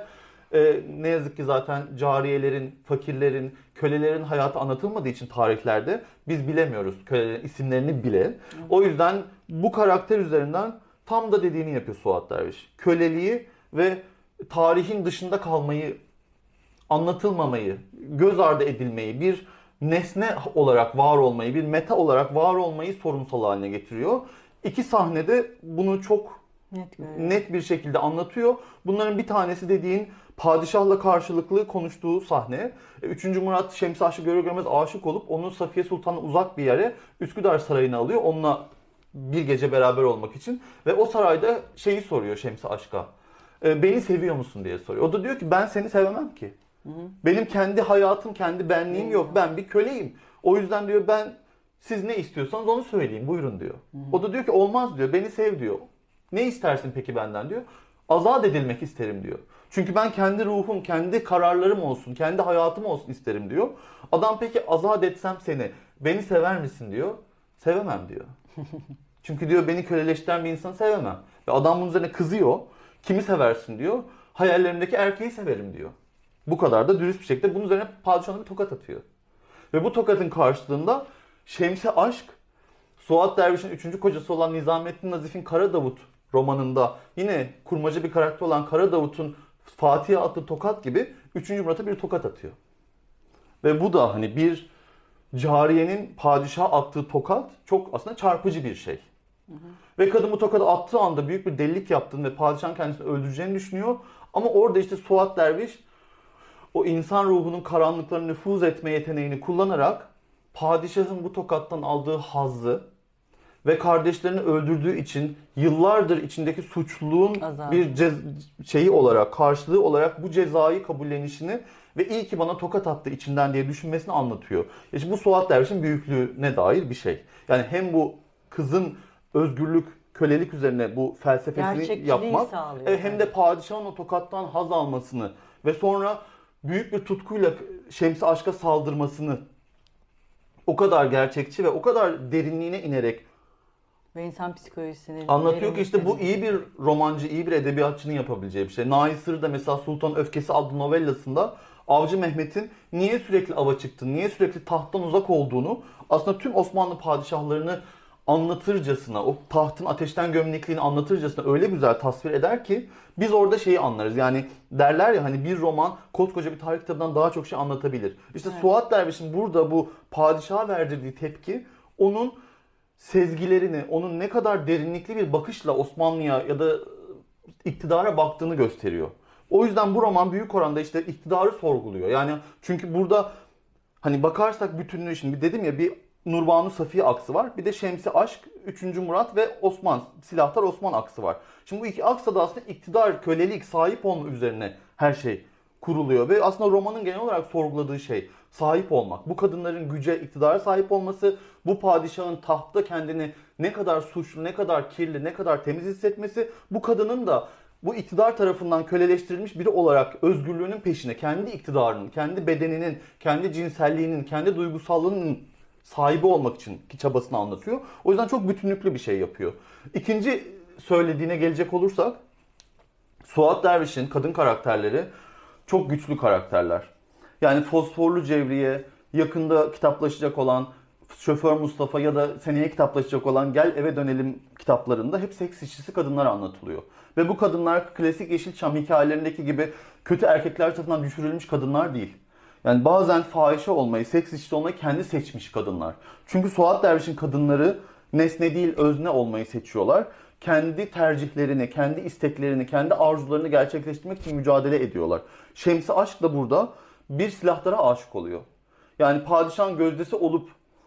Ne yazık ki zaten cariyelerin, fakirlerin, kölelerin hayatı anlatılmadığı için tarihlerde biz bilemiyoruz kölelerin isimlerini bile. O yüzden bu karakter üzerinden tam da dediğini yapıyor Suat Derviş. Köleliği ve tarihin dışında kalmayı, anlatılmamayı, göz ardı edilmeyi, bir nesne olarak var olmayı, bir meta olarak var olmayı sorunsal haline getiriyor. İki sahnede bunu çok net bir şekilde anlatıyor. Bunların bir tanesi dediğin padişahla karşılıklı konuştuğu sahne. 3. Murat Şemsi Aşk'ı görür görmez aşık olup onu Safiye Sultan'a uzak bir yere Üsküdar Sarayı'na alıyor. Onunla bir gece beraber olmak için. Ve o sarayda şeyi soruyor Şemsi Aşk'a. Beni seviyor musun diye soruyor. O da diyor ki ben seni sevemem ki. Benim kendi hayatım, kendi benliğim yok. Ben bir köleyim. O yüzden diyor ben, siz ne istiyorsanız onu söyleyin, buyurun diyor. O da diyor ki olmaz diyor, beni sev diyor. Ne istersin peki benden diyor. Azat edilmek isterim diyor. Çünkü ben kendi ruhum, kendi kararlarım olsun, kendi hayatım olsun isterim diyor. Adam peki azat etsem seni, beni sever misin diyor. Sevemem diyor. Çünkü diyor beni köleleştiren bir insanı sevemem. Ve adam bunun üzerine kızıyor. Kimi seversin diyor. Hayallerimdeki erkeği severim diyor. Bu kadar da dürüst bir şekilde bunun üzerine padişahına bir tokat atıyor. Ve bu tokatın karşılığında Şemsi Aşk, Suat Derviş'in 3. kocası olan Nizamettin Nazif'in Kara Davut romanında yine kurmaca bir karakter olan Kara Davut'un Fatih'e attığı tokat gibi 3. Murat'a bir tokat atıyor. Ve bu da hani bir cariyenin padişaha attığı tokat çok aslında çarpıcı bir şey. Ve kadın bu tokadı attığı anda büyük bir delilik yaptığını ve padişahın kendisini öldüreceğini düşünüyor. Ama orada işte Suat Derviş o insan ruhunun karanlıklarına nüfuz etme yeteneğini kullanarak padişahın bu tokattan aldığı hazzı ve kardeşlerini öldürdüğü için yıllardır içindeki suçluluğun bir şeyi olarak, karşılığı olarak bu cezayı kabullenişini ve iyi ki bana tokat attı içinden diye düşünmesini anlatıyor. İşte bu Suat Derviş'in büyüklüğüne dair bir şey. Yani hem bu kızın özgürlük, kölelik üzerine bu felsefesini yapmak hem de padişahın o tokattan haz almasını ve sonra büyük bir tutkuyla Şems'i aşka saldırmasını o kadar gerçekçi ve o kadar derinliğine inerek ve insan psikolojisini anlatıyor ki işte bu iyi bir romancı, iyi bir edebiyatçının yapabileceği bir şey. Nail Sır da mesela Sultan Öfkesi adlı novellasında Avcı Mehmet'in niye sürekli ava çıktığını, niye sürekli tahttan uzak olduğunu aslında tüm Osmanlı padişahlarını anlatırcasına, o tahtın ateşten gömlekliğini anlatırcasına öyle güzel tasvir eder ki biz orada şeyi anlarız. Yani derler ya hani bir roman koskoca bir tarih kitabından daha çok şey anlatabilir. İşte evet. Suat Derviş'in burada bu padişaha verdirdiği tepki onun sezgilerini, onun ne kadar derinlikli bir bakışla Osmanlı'ya ya da iktidara baktığını gösteriyor. O yüzden bu roman büyük oranda işte iktidarı sorguluyor. Yani çünkü burada hani bakarsak bütünlüğü şimdi dedim ya bir Nurbanu Safiye aksı var. Bir de Şemsi Aşk, 3. Murat ve Osman, Silahtar Osman aksı var. Şimdi bu iki aksa da aslında iktidar, kölelik, sahip olma üzerine her şey kuruluyor. Ve aslında romanın genel olarak sorguladığı şey sahip olmak. Bu kadınların güce, iktidara sahip olması, bu padişahın tahtta kendini ne kadar suçlu, ne kadar kirli, ne kadar temiz hissetmesi, bu kadının da bu iktidar tarafından köleleştirilmiş biri olarak özgürlüğünün peşine, kendi iktidarının, kendi bedeninin, kendi cinselliğinin, kendi duygusallığının sahibi olmak için ki çabasını anlatıyor. O yüzden çok bütünlüklü bir şey yapıyor. İkinci söylediğine gelecek olursak, Suat Derviş'in kadın karakterleri çok güçlü karakterler. Yani Fosforlu Cevriye, yakında kitaplaşacak olan Şoför Mustafa ya da seneye kitaplaşacak olan Gel Eve Dönelim kitaplarında hep seks işçisi kadınlar anlatılıyor. Ve bu kadınlar klasik Yeşilçam hikayelerindeki gibi kötü erkekler tarafından düşürülmüş kadınlar değil. Yani bazen fahişe olmayı, seks işçisi olmayı kendi seçmiş kadınlar. Çünkü Suat Derviş'in kadınları nesne değil özne olmayı seçiyorlar. Kendi tercihlerini, kendi isteklerini, kendi arzularını gerçekleştirmek için mücadele ediyorlar. Şemsi Aşk da burada bir silahtara aşık oluyor. Yani padişahın gözdesi olup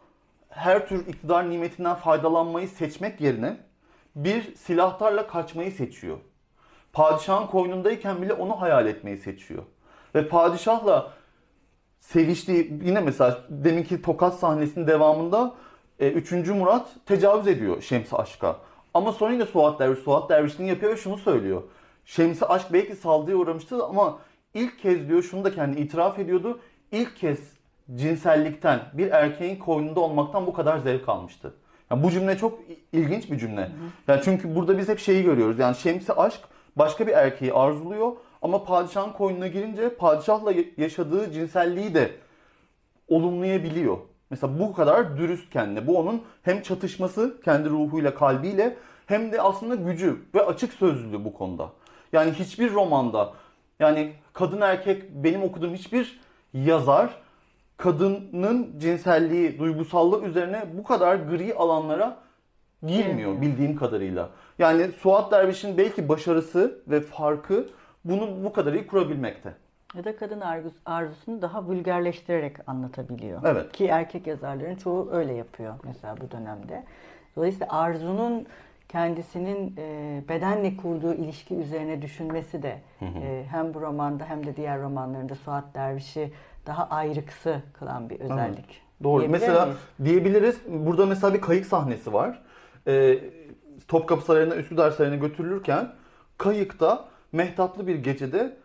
her tür iktidar nimetinden faydalanmayı seçmek yerine bir silahtarla kaçmayı seçiyor. Padişahın koynundayken bile onu hayal etmeyi seçiyor. Ve padişahla seviştiği, yine mesela deminki tokat sahnesinin devamında 3. Murat tecavüz ediyor Şemsi Aşk'a. Ama sonra yine Suat Dervişliğini yapıyor ve şunu söylüyor. Şemsi Aşk belki saldırıya uğramıştı ama ilk kez diyor şunu da kendi itiraf ediyordu. İlk kez cinsellikten, bir erkeğin koynunda olmaktan bu kadar zevk almıştı. Yani bu cümle çok ilginç bir cümle. Yani çünkü burada biz hep şeyi görüyoruz. Yani Şemsi Aşk başka bir erkeği arzuluyor ama padişahın koynuna girince padişahla yaşadığı cinselliği de olumlayabiliyor. Mesela bu kadar dürüst kendine. Bu onun hem çatışması kendi ruhuyla, kalbiyle hem de aslında gücü ve açık sözlülüğü bu konuda. Yani hiçbir romanda, yani kadın erkek benim okuduğum hiçbir yazar kadının cinselliği, duygusallığı üzerine bu kadar gri alanlara girmiyor bildiğim kadarıyla. Yani Suat Derviş'in belki başarısı ve farkı bunu bu kadar iyi kurabilmekte. Ya da kadın arzusunu daha vulgarleştirerek anlatabiliyor. Evet. Ki erkek yazarların çoğu öyle yapıyor mesela bu dönemde. Dolayısıyla arzunun kendisinin bedenle kurduğu ilişki üzerine düşünmesi de hem bu romanda hem de diğer romanlarında Suat Derviş'i daha ayrıksı kılan bir özellik. Evet. Doğru. Mesela diyebiliriz. Burada mesela bir kayık sahnesi var. Topkapı Sarayı'na, Üsküdar Sarayı'na götürülürken kayıkta mehtaplı bir gecede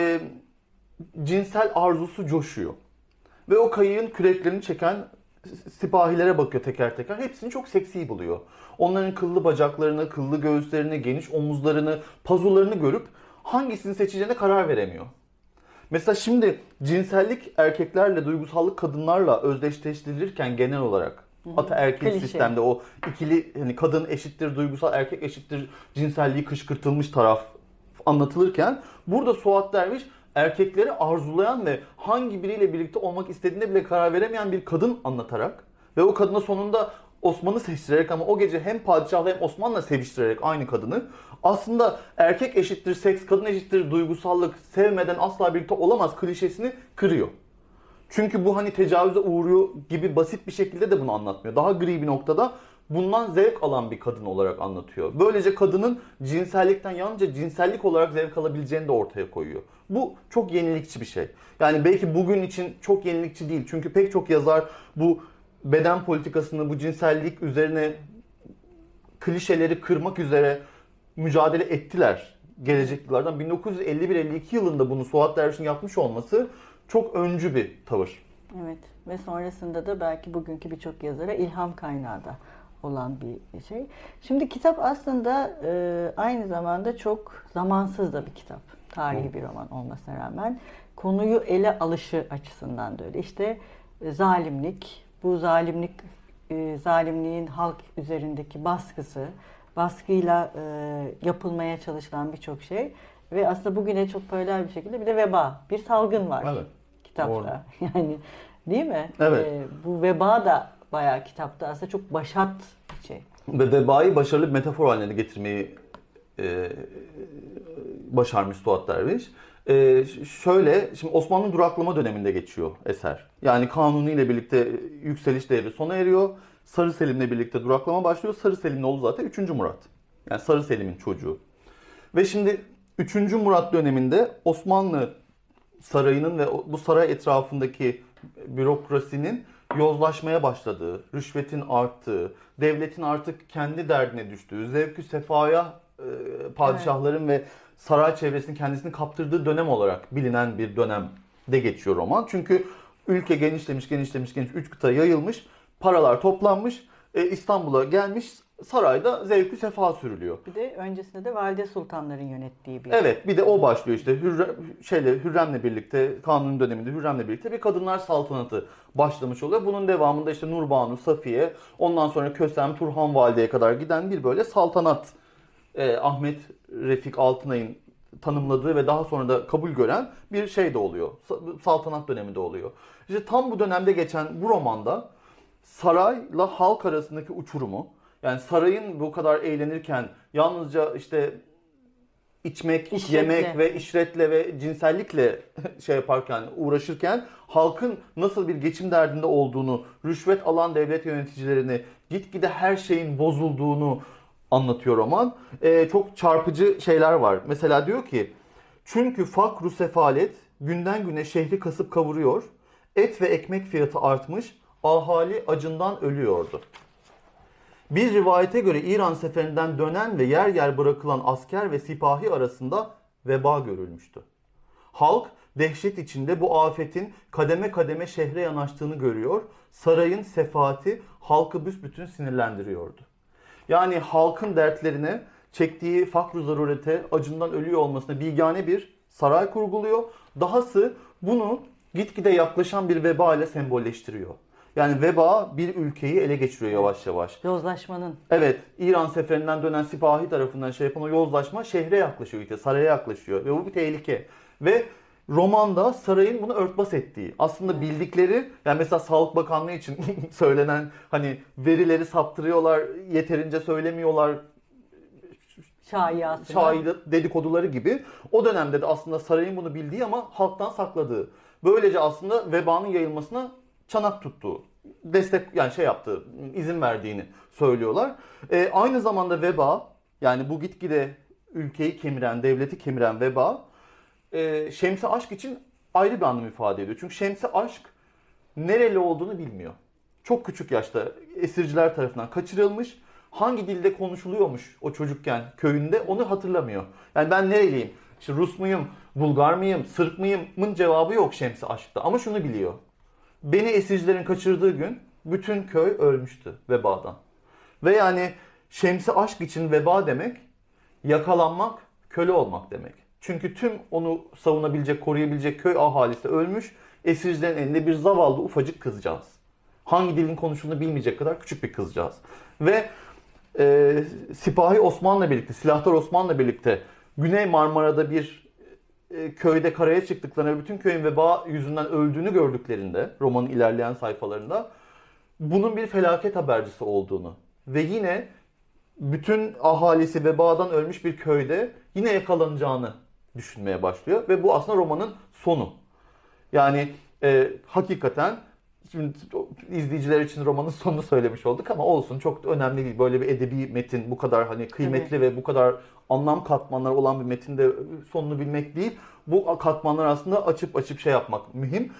cinsel arzusu coşuyor. Ve o kayığın küreklerini çeken sipahilere bakıyor teker teker. Hepsini çok seksi buluyor. Onların kıllı bacaklarını, kıllı göğüslerini, geniş omuzlarını, pazularını görüp hangisini seçeceğine karar veremiyor. Mesela şimdi cinsellik erkeklerle, duygusallık kadınlarla özdeşleştirilirken genel olarak ataerkil sistemde o ikili hani kadın eşittir duygusal, erkek eşittir cinselliği kışkırtılmış taraf anlatılırken burada Suat Derviş erkekleri arzulayan ve hangi biriyle birlikte olmak istediğine bile karar veremeyen bir kadın anlatarak ve o kadına sonunda Osman'ı seçtirerek ama o gece hem padişahla hem Osman'la seviştirerek aynı kadını aslında erkek eşittir seks, kadın eşittir duygusallık, sevmeden asla birlikte olamaz klişesini kırıyor. Çünkü bu hani tecavüze uğruyor gibi basit bir şekilde de bunu anlatmıyor. Daha gri bir noktada bundan zevk alan bir kadın olarak anlatıyor. Böylece kadının cinsellikten yalnızca cinsellik olarak zevk alabileceğini de ortaya koyuyor. Bu çok yenilikçi bir şey. Yani belki bugün için çok yenilikçi değil. Çünkü pek çok yazar bu beden politikasını, bu cinsellik üzerine klişeleri kırmak üzere mücadele ettiler gelecek yıllardan. 1951-52 yılında bunu Suat Derviş'in yapmış olması çok öncü bir tavır. Evet ve sonrasında da belki bugünkü birçok yazara ilham kaynağı da olan bir şey. Şimdi kitap aslında aynı zamanda çok zamansız da bir kitap. Tarihi bir roman olmasına rağmen konuyu ele alışı açısından da öyle. İşte zalimlik, bu zalimliğin halk üzerindeki baskıyla yapılmaya çalışılan birçok şey ve aslında bugüne çok paralel bir şekilde bir de veba, bir salgın var kitapta. Doğru. Yani değil mi? Evet. Bu veba da bayağı kitapta aslında çok başat bir şey. Ve vebayı başarılı bir metafor haline getirmeyi başarmış Suat Derviş. Şimdi Osmanlı duraklama döneminde geçiyor eser. Yani Kanuni ile birlikte yükseliş devri sona eriyor. Sarı Selim'le birlikte duraklama başlıyor. Sarı Selim'in oğlu zaten 3. Murat. Yani Sarı Selim'in çocuğu. Ve şimdi 3. Murat döneminde Osmanlı sarayının ve bu saray etrafındaki bürokrasinin yozlaşmaya başladığı, rüşvetin arttığı, devletin artık kendi derdine düştüğü, zevkü sefaya padişahların ve saray çevresinin kendisini kaptırdığı dönem olarak bilinen bir dönemde geçiyor roman. Çünkü ülke genişlemiş, 3 kıta yayılmış, paralar toplanmış, İstanbul'a gelmiş, sarayda zevkü sefa sürülüyor. Bir de öncesinde de valide sultanların yönettiği bir... Evet, bir de o başlıyor işte Hürrem'le birlikte, Kanuni döneminde Hürrem'le birlikte bir kadınlar saltanatı başlamış oluyor. Bunun devamında işte Nurbanu, Safiye, ondan sonra Kösem, Turhan Valide'ye kadar giden bir böyle saltanat, Ahmet Refik Altınay'ın tanımladığı ve daha sonra da kabul gören bir şey de oluyor. Saltanat döneminde oluyor. İşte tam bu dönemde geçen bu romanda sarayla halk arasındaki uçurumu, yani sarayın bu kadar eğlenirken yalnızca işte içmek, yemek ve işretle ve cinsellikle şey yaparken, uğraşırken halkın nasıl bir geçim derdinde olduğunu, rüşvet alan devlet yöneticilerini, gitgide her şeyin bozulduğunu anlatıyor roman. Çok çarpıcı şeyler var. Mesela diyor ki, çünkü fakru sefalet günden güne şehri kasıp kavuruyor, et ve ekmek fiyatı artmış, ahali acından ölüyordu. Bir rivayete göre İran seferinden dönen ve yer yer bırakılan asker ve sipahi arasında veba görülmüştü. Halk dehşet içinde bu afetin kademe kademe şehre yanaştığını görüyor, sarayın sefaati halkı büsbütün sinirlendiriyordu. Yani halkın dertlerine, çektiği fakr-ı zarurete, acından ölüyor olmasına bigane bir saray kurguluyor. Dahası bunu gitgide yaklaşan bir veba ile sembolleştiriyor. Yani veba bir ülkeyi ele geçiriyor yavaş yavaş. Yozlaşmanın. Evet, İran seferinden dönen sipahi tarafından şey yapan o yozlaşma şehre yaklaşıyor, işte saraya yaklaşıyor ve bu bir tehlike. Ve romanda sarayın bunu örtbas ettiği, aslında bildikleri, yani mesela Sağlık Bakanlığı için söylenen hani verileri saptırıyorlar, yeterince söylemiyorlar, dedikoduları gibi, o dönemde de aslında sarayın bunu bildiği ama halktan sakladığı. Böylece aslında vebanın yayılmasına çanak tuttuğu, destek, yani şey yaptığı, izin verdiğini söylüyorlar. Aynı zamanda veba, yani bu gitgide ülkeyi kemiren, devleti kemiren veba, Şemsi Aşk için ayrı bir anlam ifade ediyor. Çünkü Şemsi Aşk nereli olduğunu bilmiyor. Çok küçük yaşta esirciler tarafından kaçırılmış. Hangi dilde konuşuluyormuş o çocukken köyünde onu hatırlamıyor. Yani ben nereliyim? İşte Rus muyum, Bulgar mıyım, Sırp mıyımın cevabı yok Şemsi Aşk'ta. Ama şunu biliyor. Beni esircilerin kaçırdığı gün bütün köy ölmüştü vebadan. Ve yani Şemsi Aşk için veba demek yakalanmak, köle olmak demek. Çünkü tüm onu savunabilecek, koruyabilecek köy ahalisi ölmüş. Esircilerin elinde bir zavallı ufacık kızcağız. Hangi dilin konuşulduğunu bilmeyecek kadar küçük bir kızcağız. Ve Sipahi Osman'la birlikte, Silahtar Osman'la birlikte Güney Marmara'da bir köyde karaya çıktıklarında, bütün köyün veba yüzünden öldüğünü gördüklerinde, romanın ilerleyen sayfalarında, bunun bir felaket habercisi olduğunu ve yine bütün ahalisi vebadan ölmüş bir köyde yine yakalanacağını düşünmeye başlıyor. Ve bu aslında romanın sonu. Yani hakikaten şimdi izleyiciler için romanın sonunu söylemiş olduk ama olsun, çok da önemli değil. Böyle bir edebi metin, bu kadar hani kıymetli ve bu kadar anlam katmanları olan bir metinde sonunu bilmek değil. Bu katmanlar aslında açıp şey yapmak mühim.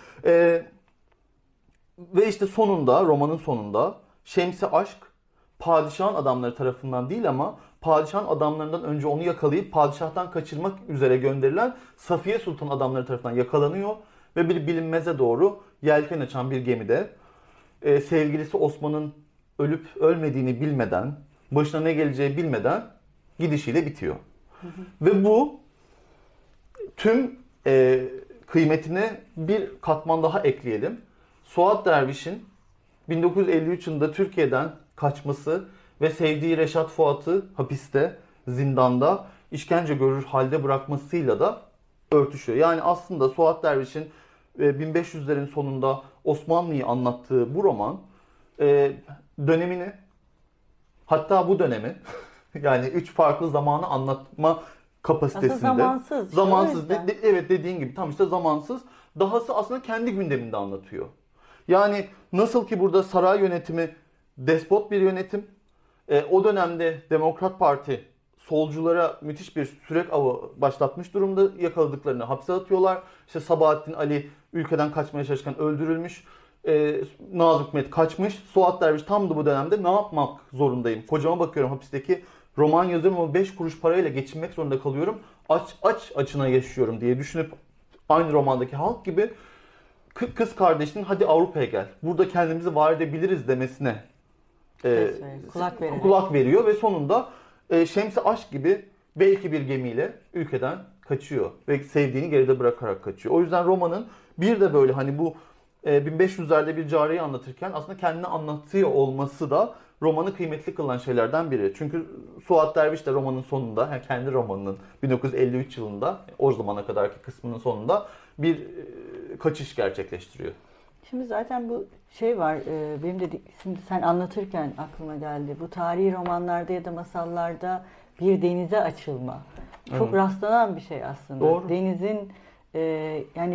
Ve işte sonunda, romanın sonunda Şems-i Aşk padişahın adamları tarafından değil ama padişahın adamlarından önce onu yakalayıp padişahtan kaçırmak üzere gönderilen Safiye Sultan adamları tarafından yakalanıyor ve bir bilinmeze doğru yelken açan bir gemide sevgilisi Osman'ın ölüp ölmediğini bilmeden, başına ne geleceği bilmeden gidişiyle bitiyor. Ve bu tüm kıymetine bir katman daha ekleyelim. Suat Derviş'in 1953 yılında Türkiye'den kaçması ve sevdiği Reşat Fuat'ı hapiste, zindanda, işkence görür halde bırakmasıyla da örtüşüyor. Yani aslında Suat Derviş'in 1500'lerin sonunda Osmanlı'yı anlattığı bu roman dönemini, hatta bu dönemi yani 3 farklı zamanı anlatma kapasitesinde. Aslında zamansız. Zamansız. Evet, dediğin gibi tam işte zamansız. Dahası aslında kendi gündeminde anlatıyor. Yani nasıl ki burada saray yönetimi despot bir yönetim. O dönemde Demokrat Parti solculara müthiş bir sürek avı başlatmış durumda. Yakaladıklarını hapse atıyorlar. İşte Sabahattin Ali ülkeden kaçmaya çalışırken öldürülmüş. Nazım Hikmet kaçmış. Suat Derviş tam da bu dönemde ne yapmak zorundayım? Kocama bakıyorum hapisteki, roman yazıyorum ama 5 kuruş parayla geçinmek zorunda kalıyorum. Açına yaşıyorum diye düşünüp aynı romandaki halk gibi kız kardeşinin hadi Avrupa'ya gel, burada kendimizi var edebiliriz demesine kulak veriyor ve sonunda Şems-i Aşk gibi belki bir gemiyle ülkeden kaçıyor ve sevdiğini geride bırakarak kaçıyor. O yüzden romanın bir de böyle hani bu 1500'lerde bir cariyi anlatırken aslında kendini anlatıyor olması da romanı kıymetli kılan şeylerden biri. Çünkü Suat Derviş de romanın sonunda, yani kendi romanının 1953 yılında, o zamana kadarki kısmının sonunda bir kaçış gerçekleştiriyor. Şimdi zaten bu şey var, benim de şimdi sen anlatırken aklıma geldi. Bu tarihi romanlarda ya da masallarda bir denize açılma. Çok rastlanan bir şey aslında. Doğru. Denizin yani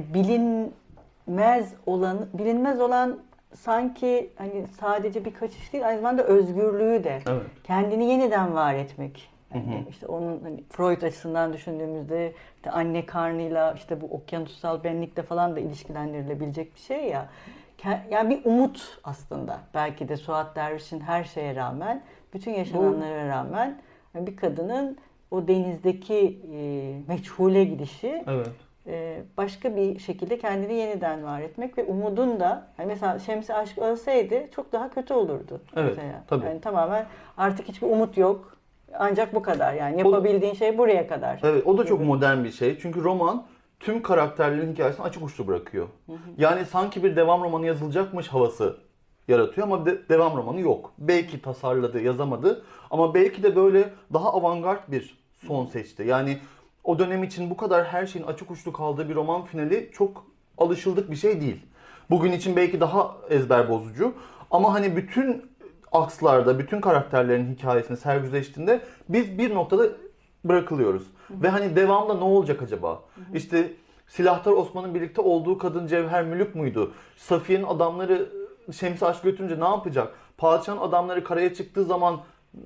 bilinmez olan sanki hani sadece bir kaçış değil, aynı zamanda özgürlüğü de. Evet. Kendini yeniden var etmek. Yani işte onun hani Freud açısından düşündüğümüzde işte anne karnıyla işte bu okyanussal benlikle falan da ilişkilendirilebilecek bir şey ya. Yani bir umut aslında. Belki de Suat Derviş'in her şeye rağmen, bütün yaşananlara rağmen bir kadının o denizdeki meçhule gidişi, evet, başka bir şekilde kendini yeniden var etmek ve umudun da, yani mesela Şems-i Aşk ölseydi çok daha kötü olurdu. Evet, mesela. tabii. Yani tamamen artık hiçbir umut yok. Ancak bu kadar, yani yapabildiğin şey buraya kadar. Evet, o da çok modern bir şey. Çünkü roman tüm karakterlerin hikayesini açık uçlu bırakıyor. Yani sanki bir devam romanı yazılacakmış havası yaratıyor ama devam romanı yok. Belki tasarladı, yazamadı ama belki de böyle daha avantgard bir son seçti. Yani o dönem için bu kadar her şeyin açık uçlu kaldığı bir roman finali çok alışıldık bir şey değil. Bugün için belki daha ezber bozucu ama hani bütün akslarda, bütün karakterlerin hikayesini sergüzeştiğinde biz bir noktada bırakılıyoruz. Ve hani devamda ne olacak acaba? İşte Silahtar Osman'ın birlikte olduğu kadın Cevher Mülük müydü? Safiye'nin adamları Şems-i Aşk götürünce ne yapacak? Padişahın adamları karaya çıktığı zaman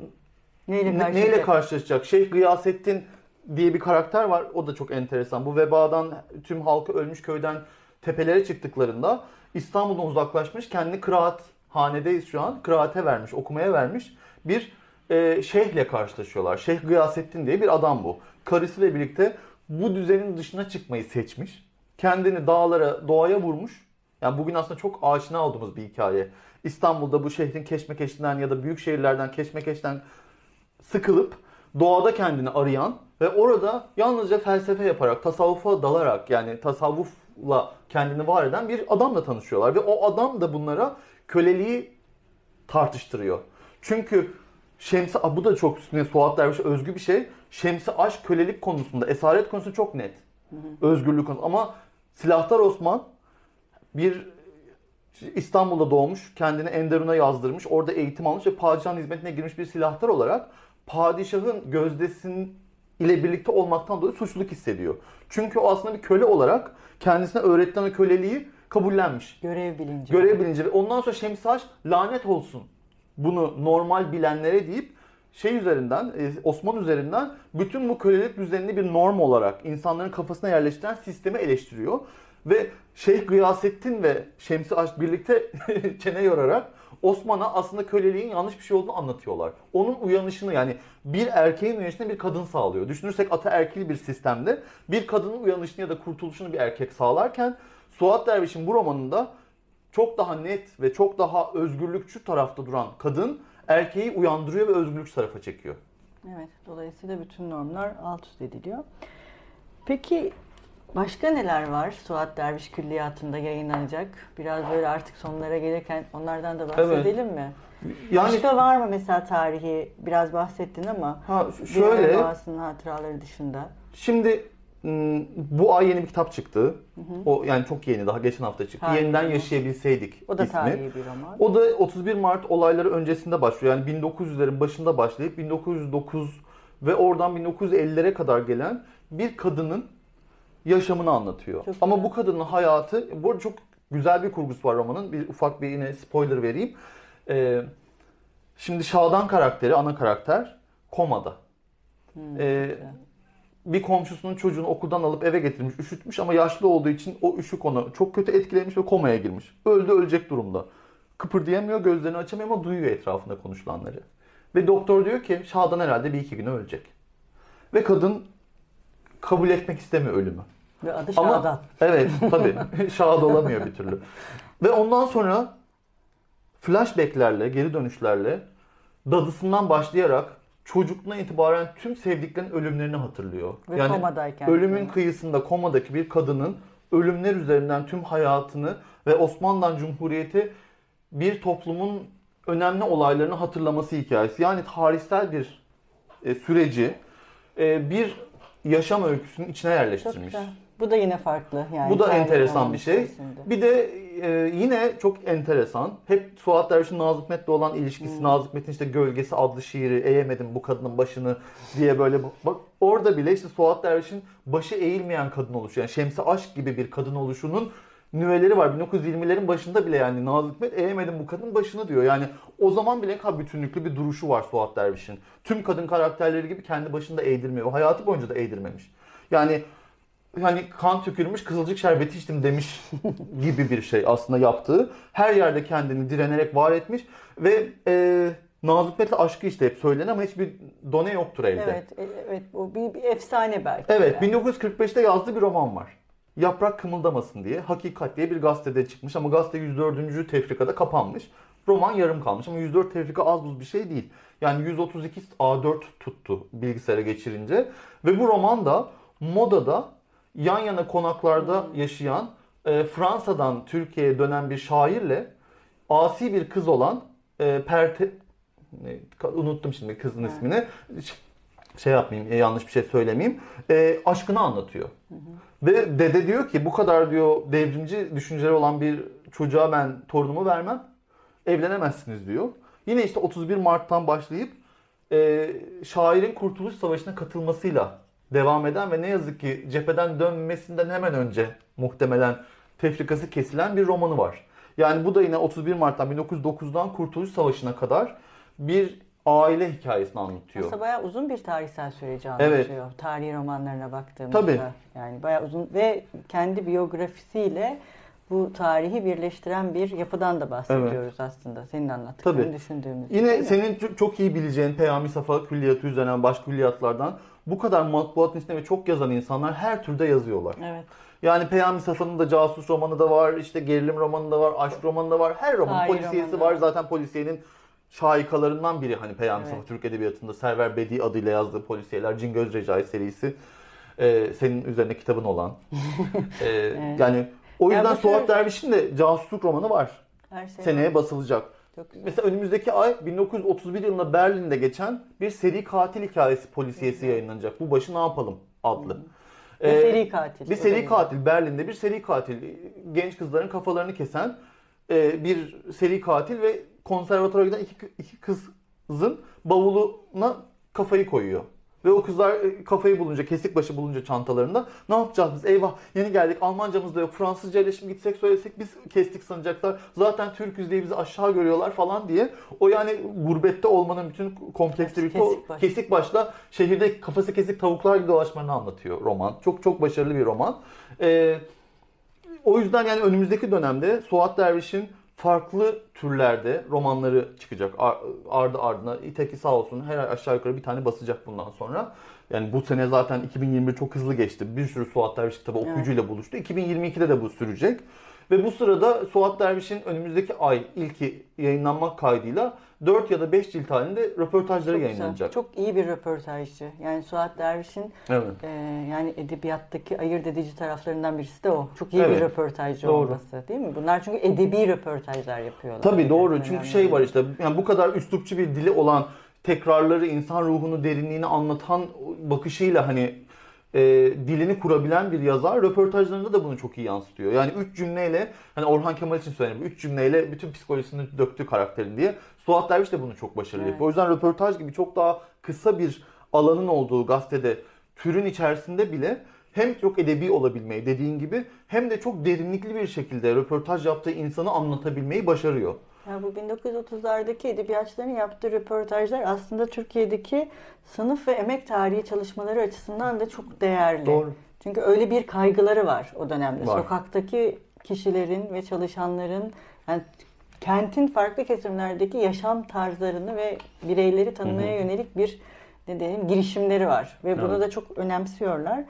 neyle karşılaşacak? Şeyh Gıyasettin diye bir karakter var. O da çok enteresan. Bu vebadan tüm halkı ölmüş köyden tepelere çıktıklarında İstanbul'dan uzaklaşmış, kendini kıraathanedeyiz şu an. Kıraate vermiş, okumaya vermiş bir şeyhle karşılaşıyorlar. Şeyh Gıyasettin diye bir adam bu. Karısıyla birlikte bu düzenin dışına çıkmayı seçmiş. Kendini dağlara, doğaya vurmuş. Yani bugün aslında çok aşina olduğumuz bir hikaye. İstanbul'da bu şehrin keşmekeşinden ya da büyük şehirlerden keşmekeşten sıkılıp doğada kendini arayan ve orada yalnızca felsefe yaparak, tasavvufa dalarak, yani tasavvufla kendini var eden bir adamla tanışıyorlar. Ve o adam da bunlara köleliği tartıştırıyor. Çünkü bu da çok üstüne Suat Derviş'e özgü bir şey. Şems-i Aşk kölelik konusunda, esaret konusunda çok net. Özgürlük konusunda. Ama Silahtar Osman bir İstanbul'da doğmuş, kendini Enderun'a yazdırmış, orada eğitim almış ve padişahın hizmetine girmiş bir silahtar olarak padişahın gözdesinin ile birlikte olmaktan dolayı suçluluk hissediyor. Çünkü o aslında bir köle olarak kendisine öğretilen o köleliği kabullenmiş. Görev bilinci. Görev bilinci ve ondan sonra Şemsi Aş lanet olsun bunu normal bilenlere deyip Osman üzerinden bütün bu kölelik düzenini bir norm olarak insanların kafasına yerleştiren sistemi eleştiriyor. Ve Şeyh Gıyasettin ve Şemsi Aş birlikte çene yorarak Osman'a aslında köleliğin yanlış bir şey olduğunu anlatıyorlar. Onun uyanışını, yani bir erkeğin uyanışını bir kadın sağlıyor. Düşünürsek ataerkil bir sistemde bir kadının uyanışını ya da kurtuluşunu bir erkek sağlarken Suat Derviş'in bu romanında çok daha net ve çok daha özgürlükçü tarafta duran kadın erkeği uyandırıyor ve özgürlükçü tarafa çekiyor. Evet, dolayısıyla bütün normlar alt üst ediliyor. Peki başka neler var Suat Derviş Külliyatı'nda yayınlanacak? Biraz böyle artık sonlara gelirken onlardan da bahsedelim mi? Yani, başka var mı mesela tarihi? Biraz bahsettin ama şöyle, Boğaz'ın hatıraları dışında. Şimdi bu ay yeni bir kitap çıktı. O yani çok yeni, daha geçen hafta çıktı. Tarihi Yeniden mi? Yaşayabilseydik O da ismi. tarihi bir roman. O da 31 Mart olayları öncesinde başlıyor. Yani 1900'lerin başında başlayıp 1909 ve oradan 1950'lere kadar gelen bir kadının yaşamını anlatıyor. Çok Ama güzel. bu kadının hayatı, bu arada çok güzel bir kurgusu var romanın. Bir ufak bir yine spoiler vereyim. Şimdi Şadan karakteri, ana karakter komada. Bir komşusunun çocuğunu okuldan alıp eve getirmiş, üşütmüş ama yaşlı olduğu için o üşük onu çok kötü etkilemiş ve komaya girmiş. Ölecek durumda. Kıpırdayamıyor, gözlerini açamıyor ama duyuyor etrafında konuşulanları. Ve doktor diyor ki Şadan herhalde bir iki güne ölecek. Ve kadın kabul etmek istemiyor ölümü. Ve adı Şadan. Evet, tabii. Şahat olamıyor bir türlü. Ve ondan sonra flashbacklerle, geri dönüşlerle dadısından başlayarak çocukluğuna itibaren tüm sevdiklerinin ölümlerini hatırlıyor. Ve yani komadayken. ölümün kıyısında komadaki bir kadının ölümler üzerinden tüm hayatını ve Osmanlı'dan Cumhuriyet'e bir toplumun önemli olaylarını hatırlaması hikayesi. Yani tarihsel bir süreci bir yaşam öyküsünün içine yerleştirmiş. Çok güzel. Bu da yine farklı. Yani bu da enteresan bir şey. içerisinde. Bir de yine çok enteresan. Hep Suat Derviş'in Nazım Hikmet'le olan ilişkisi, Nazım Hikmet'in işte Gölgesi adlı şiiri, eğemedim bu kadının başını diye böyle bak orada bile işte Suat Derviş'in başı eğilmeyen kadın oluşu, yani Şemsi Aşk gibi bir kadın oluşunun nüveleri var. 1920'lerin başında bile yani Nazım Hikmet eğemedim bu kadının başını diyor. Yani o zaman bile bütünlüklü bir duruşu var Suat Derviş'in. Tüm kadın karakterleri gibi kendi başında eğdirmiyor. Hayatı boyunca da eğdirmemiş. Yani hani kan tükürmüş kızılcık şerbeti içtim demiş gibi bir şey aslında yaptığı. Her yerde kendini direnerek var etmiş ve Nazım Hikmet'le aşkı işte hep söylenen ama hiçbir done yoktur elde. Evet, o bir efsane belki. Evet, yani. 1945'te yazdığı bir roman var. Yaprak Kımıldamasın diye. Hakikat diye bir gazetede çıkmış ama gazete 104. tefrikada kapanmış. Roman yarım kalmış ama 104 tefrika az buz bir şey değil. Yani 132 A4 tuttu bilgisayara geçirince. Ve bu roman da modada yan yana konaklarda yaşayan Fransa'dan Türkiye'ye dönen bir şairle asi bir kız olan unuttum şimdi kızın ismini. Şey yapmayayım, yanlış bir şey söylemeyeyim. Aşkını anlatıyor. Ve dede diyor ki bu kadar diyor devrimci düşünceleri olan bir çocuğa ben torunumu vermem. Evlenemezsiniz diyor. Yine işte 31 Mart'tan başlayıp şairin Kurtuluş Savaşı'na katılmasıyla devam eden ve ne yazık ki cepheden dönmesinden hemen önce muhtemelen tefrikası kesilen bir romanı var. Yani bu da yine 31 Mart'tan 1909'dan Kurtuluş Savaşı'na kadar bir aile hikayesini anlatıyor. Aslında bayağı uzun bir tarihsel süreci anlatıyor. Evet. Tarihi romanlarına baktığımızda. Tabii. Yani bayağı uzun ve kendi biyografisiyle bu tarihi birleştiren bir yapıdan da bahsediyoruz aslında. Senin anlattıklarını düşündüğümüzde. Yine senin çok iyi bileceğin Peyami Safa Külliyatı üzerinden başka külliyatlardan bu kadar matbuatın içinde ve çok yazan insanlar her türde yazıyorlar. Evet. Yani Peyami Safa'nın da casus romanı da var, işte gerilim romanı da var, aşk romanı da var. Her roman polisiyesi var. Zaten polisiyenin şahikalarından biri hani Peyami Safa Türk Edebiyatı'nda Server Bedi adıyla yazdığı polisiyeler, Cingöz Recai serisi. Senin üzerine kitabın olan. Evet. Yani o yüzden Suat Derviş'in de casusluk romanı var. Seneye basılacak. Mesela önümüzdeki ay 1931 yılında Berlin'de geçen bir seri katil hikayesi polisiyesi yayınlanacak. Bu başı ne yapalım adlı. Seri katil. Bir seri katil. Berlin'de bir seri katil. Genç kızların kafalarını kesen bir seri katil ve konservatuvara giden iki kızın bavuluna kafayı koyuyor. Ve o kızlar kafayı bulunca, kesik başı bulunca çantalarında ne yapacağız biz? Eyvah yeni geldik, Almancamız da yok, Fransızca ile şimdi gitsek söylesek biz kestik sanacaklar. Zaten Türk'üz diye bizi aşağı görüyorlar falan diye. O yani gurbette olmanın bütün kompleksleri kesik başla şehirde kafası kesik tavuklar gibi dolaşmalarını anlatıyor roman. Çok çok başarılı bir roman. O yüzden yani önümüzdeki dönemde Suat Derviş'in farklı türlerde romanları çıkacak. Ardı ardına İteki sağ olsun her ay aşağı yukarı bir tane basacak bundan sonra. Yani bu sene zaten 2021 çok hızlı geçti. Bir sürü Suat Derviş kitabı okuyucuyla buluştu. 2022'de de bu sürecek. Ve bu sırada Suat Derviş'in önümüzdeki ay ilki yayınlanmak kaydıyla 4 ya da 5 cilt halinde röportajları çok yayınlanacak. Güzel. Çok iyi bir röportajcı. Yani Suat Derviş'in yani edebiyattaki ayırt edici taraflarından birisi de o. Çok iyi bir röportajcı olması değil mi? Bunlar çünkü edebi röportajlar yapıyorlar. Tabii doğru. Çünkü şey var işte yani bu kadar üslupçu bir dili olan, tekrarları, insan ruhunu, derinliğini anlatan bakışıyla hani dilini kurabilen bir yazar röportajlarında da bunu çok iyi yansıtıyor. Yani 3 cümleyle hani Orhan Kemal için söyleyeyim 3 cümleyle bütün psikolojisini döktü karakterin diye. Suat Derviş de bunu çok başarılı yapıyor. O yüzden röportaj gibi çok daha kısa bir alanın olduğu gazetede türün içerisinde bile hem çok edebi olabilmeyi dediğin gibi hem de çok derinlikli bir şekilde röportaj yaptığı insanı anlatabilmeyi başarıyor. Ya bu 1930'lardaki edebiyatçıların yaptığı röportajlar aslında Türkiye'deki sınıf ve emek tarihi çalışmaları açısından da çok değerli. Doğru. Çünkü öyle bir kaygıları var o dönemde. Var. Sokaktaki kişilerin ve çalışanların yani kentin farklı kesimlerdeki yaşam tarzlarını ve bireyleri tanımaya yönelik bir girişimleri var. Ve bunu da çok önemsiyorlar.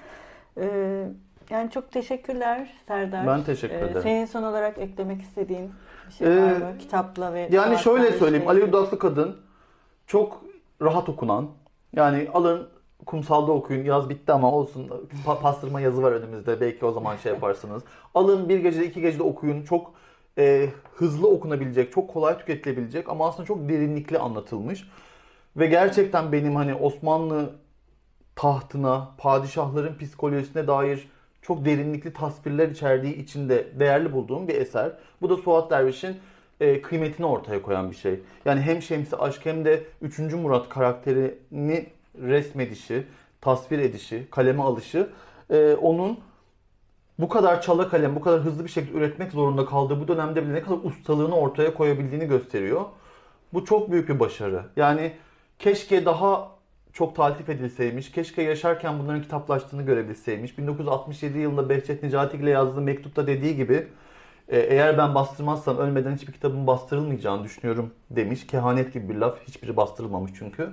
Yani çok teşekkürler Serdar. Ben teşekkür ederim. Senin son olarak eklemek istediğin bir şey var mı? Kitapla ve... Yani şöyle söyleyeyim. Alev Dudaklı Kadın çok rahat okunan. Yani alın kumsalda okuyun. Yaz bitti ama olsun. Pastırma yazı var önümüzde. Belki o zaman şey yaparsınız. Alın bir gecede 2 gecede okuyun. Çok hızlı okunabilecek, çok kolay tüketilebilecek ama aslında çok derinlikli anlatılmış. Ve gerçekten benim hani Osmanlı tahtına, padişahların psikolojisine dair çok derinlikli tasvirler içerdiği için de değerli bulduğum bir eser. Bu da Suat Derviş'in kıymetini ortaya koyan bir şey. Yani hem Şemsi Aşk hem de 3. Murat karakterini resmedişi, tasvir edişi, kaleme alışı onun bu kadar çala kalem, bu kadar hızlı bir şekilde üretmek zorunda kaldığı bu dönemde bile ne kadar ustalığını ortaya koyabildiğini gösteriyor. Bu çok büyük bir başarı. Yani keşke daha çok taltif edilseymiş, keşke yaşarken bunların kitaplaştığını görebilseymiş. 1967 yılında Behçet Necatigil'e yazdığı mektupta dediği gibi eğer ben bastırmazsam ölmeden hiçbir kitabın bastırılmayacağını düşünüyorum demiş. Kehanet gibi bir laf. Hiçbiri bastırılmamış çünkü.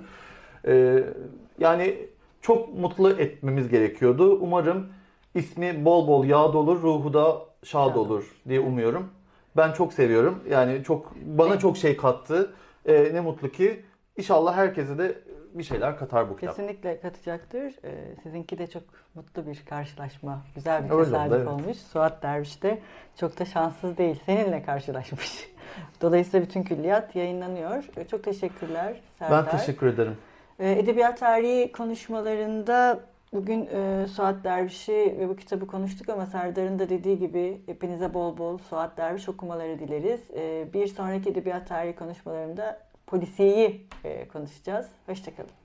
Yani çok mutlu etmemiz gerekiyordu. Umarım ismi bol bol yağ dolur, ruhu da şad olur diye umuyorum. Ben çok seviyorum. Yani bana çok şey kattı. Ne mutlu ki. İnşallah herkese de bir şeyler katar bu kitap. Kesinlikle katacaktır. Sizinki de çok mutlu bir karşılaşma. Güzel bir tesadüf olmuş. Suat Derviş de çok da şanssız değil. Seninle karşılaşmış. Dolayısıyla bütün külliyat yayınlanıyor. Çok teşekkürler Serdar. Ben teşekkür ederim. Edebiyat tarihi konuşmalarında bugün Suat Derviş'i ve bu kitabı konuştuk ama Serdar'ın da dediği gibi hepinize bol bol Suat Derviş okumaları dileriz. Bir sonraki edebiyat tarihi konuşmalarında polisiyeyi konuşacağız. Hoşça kalın.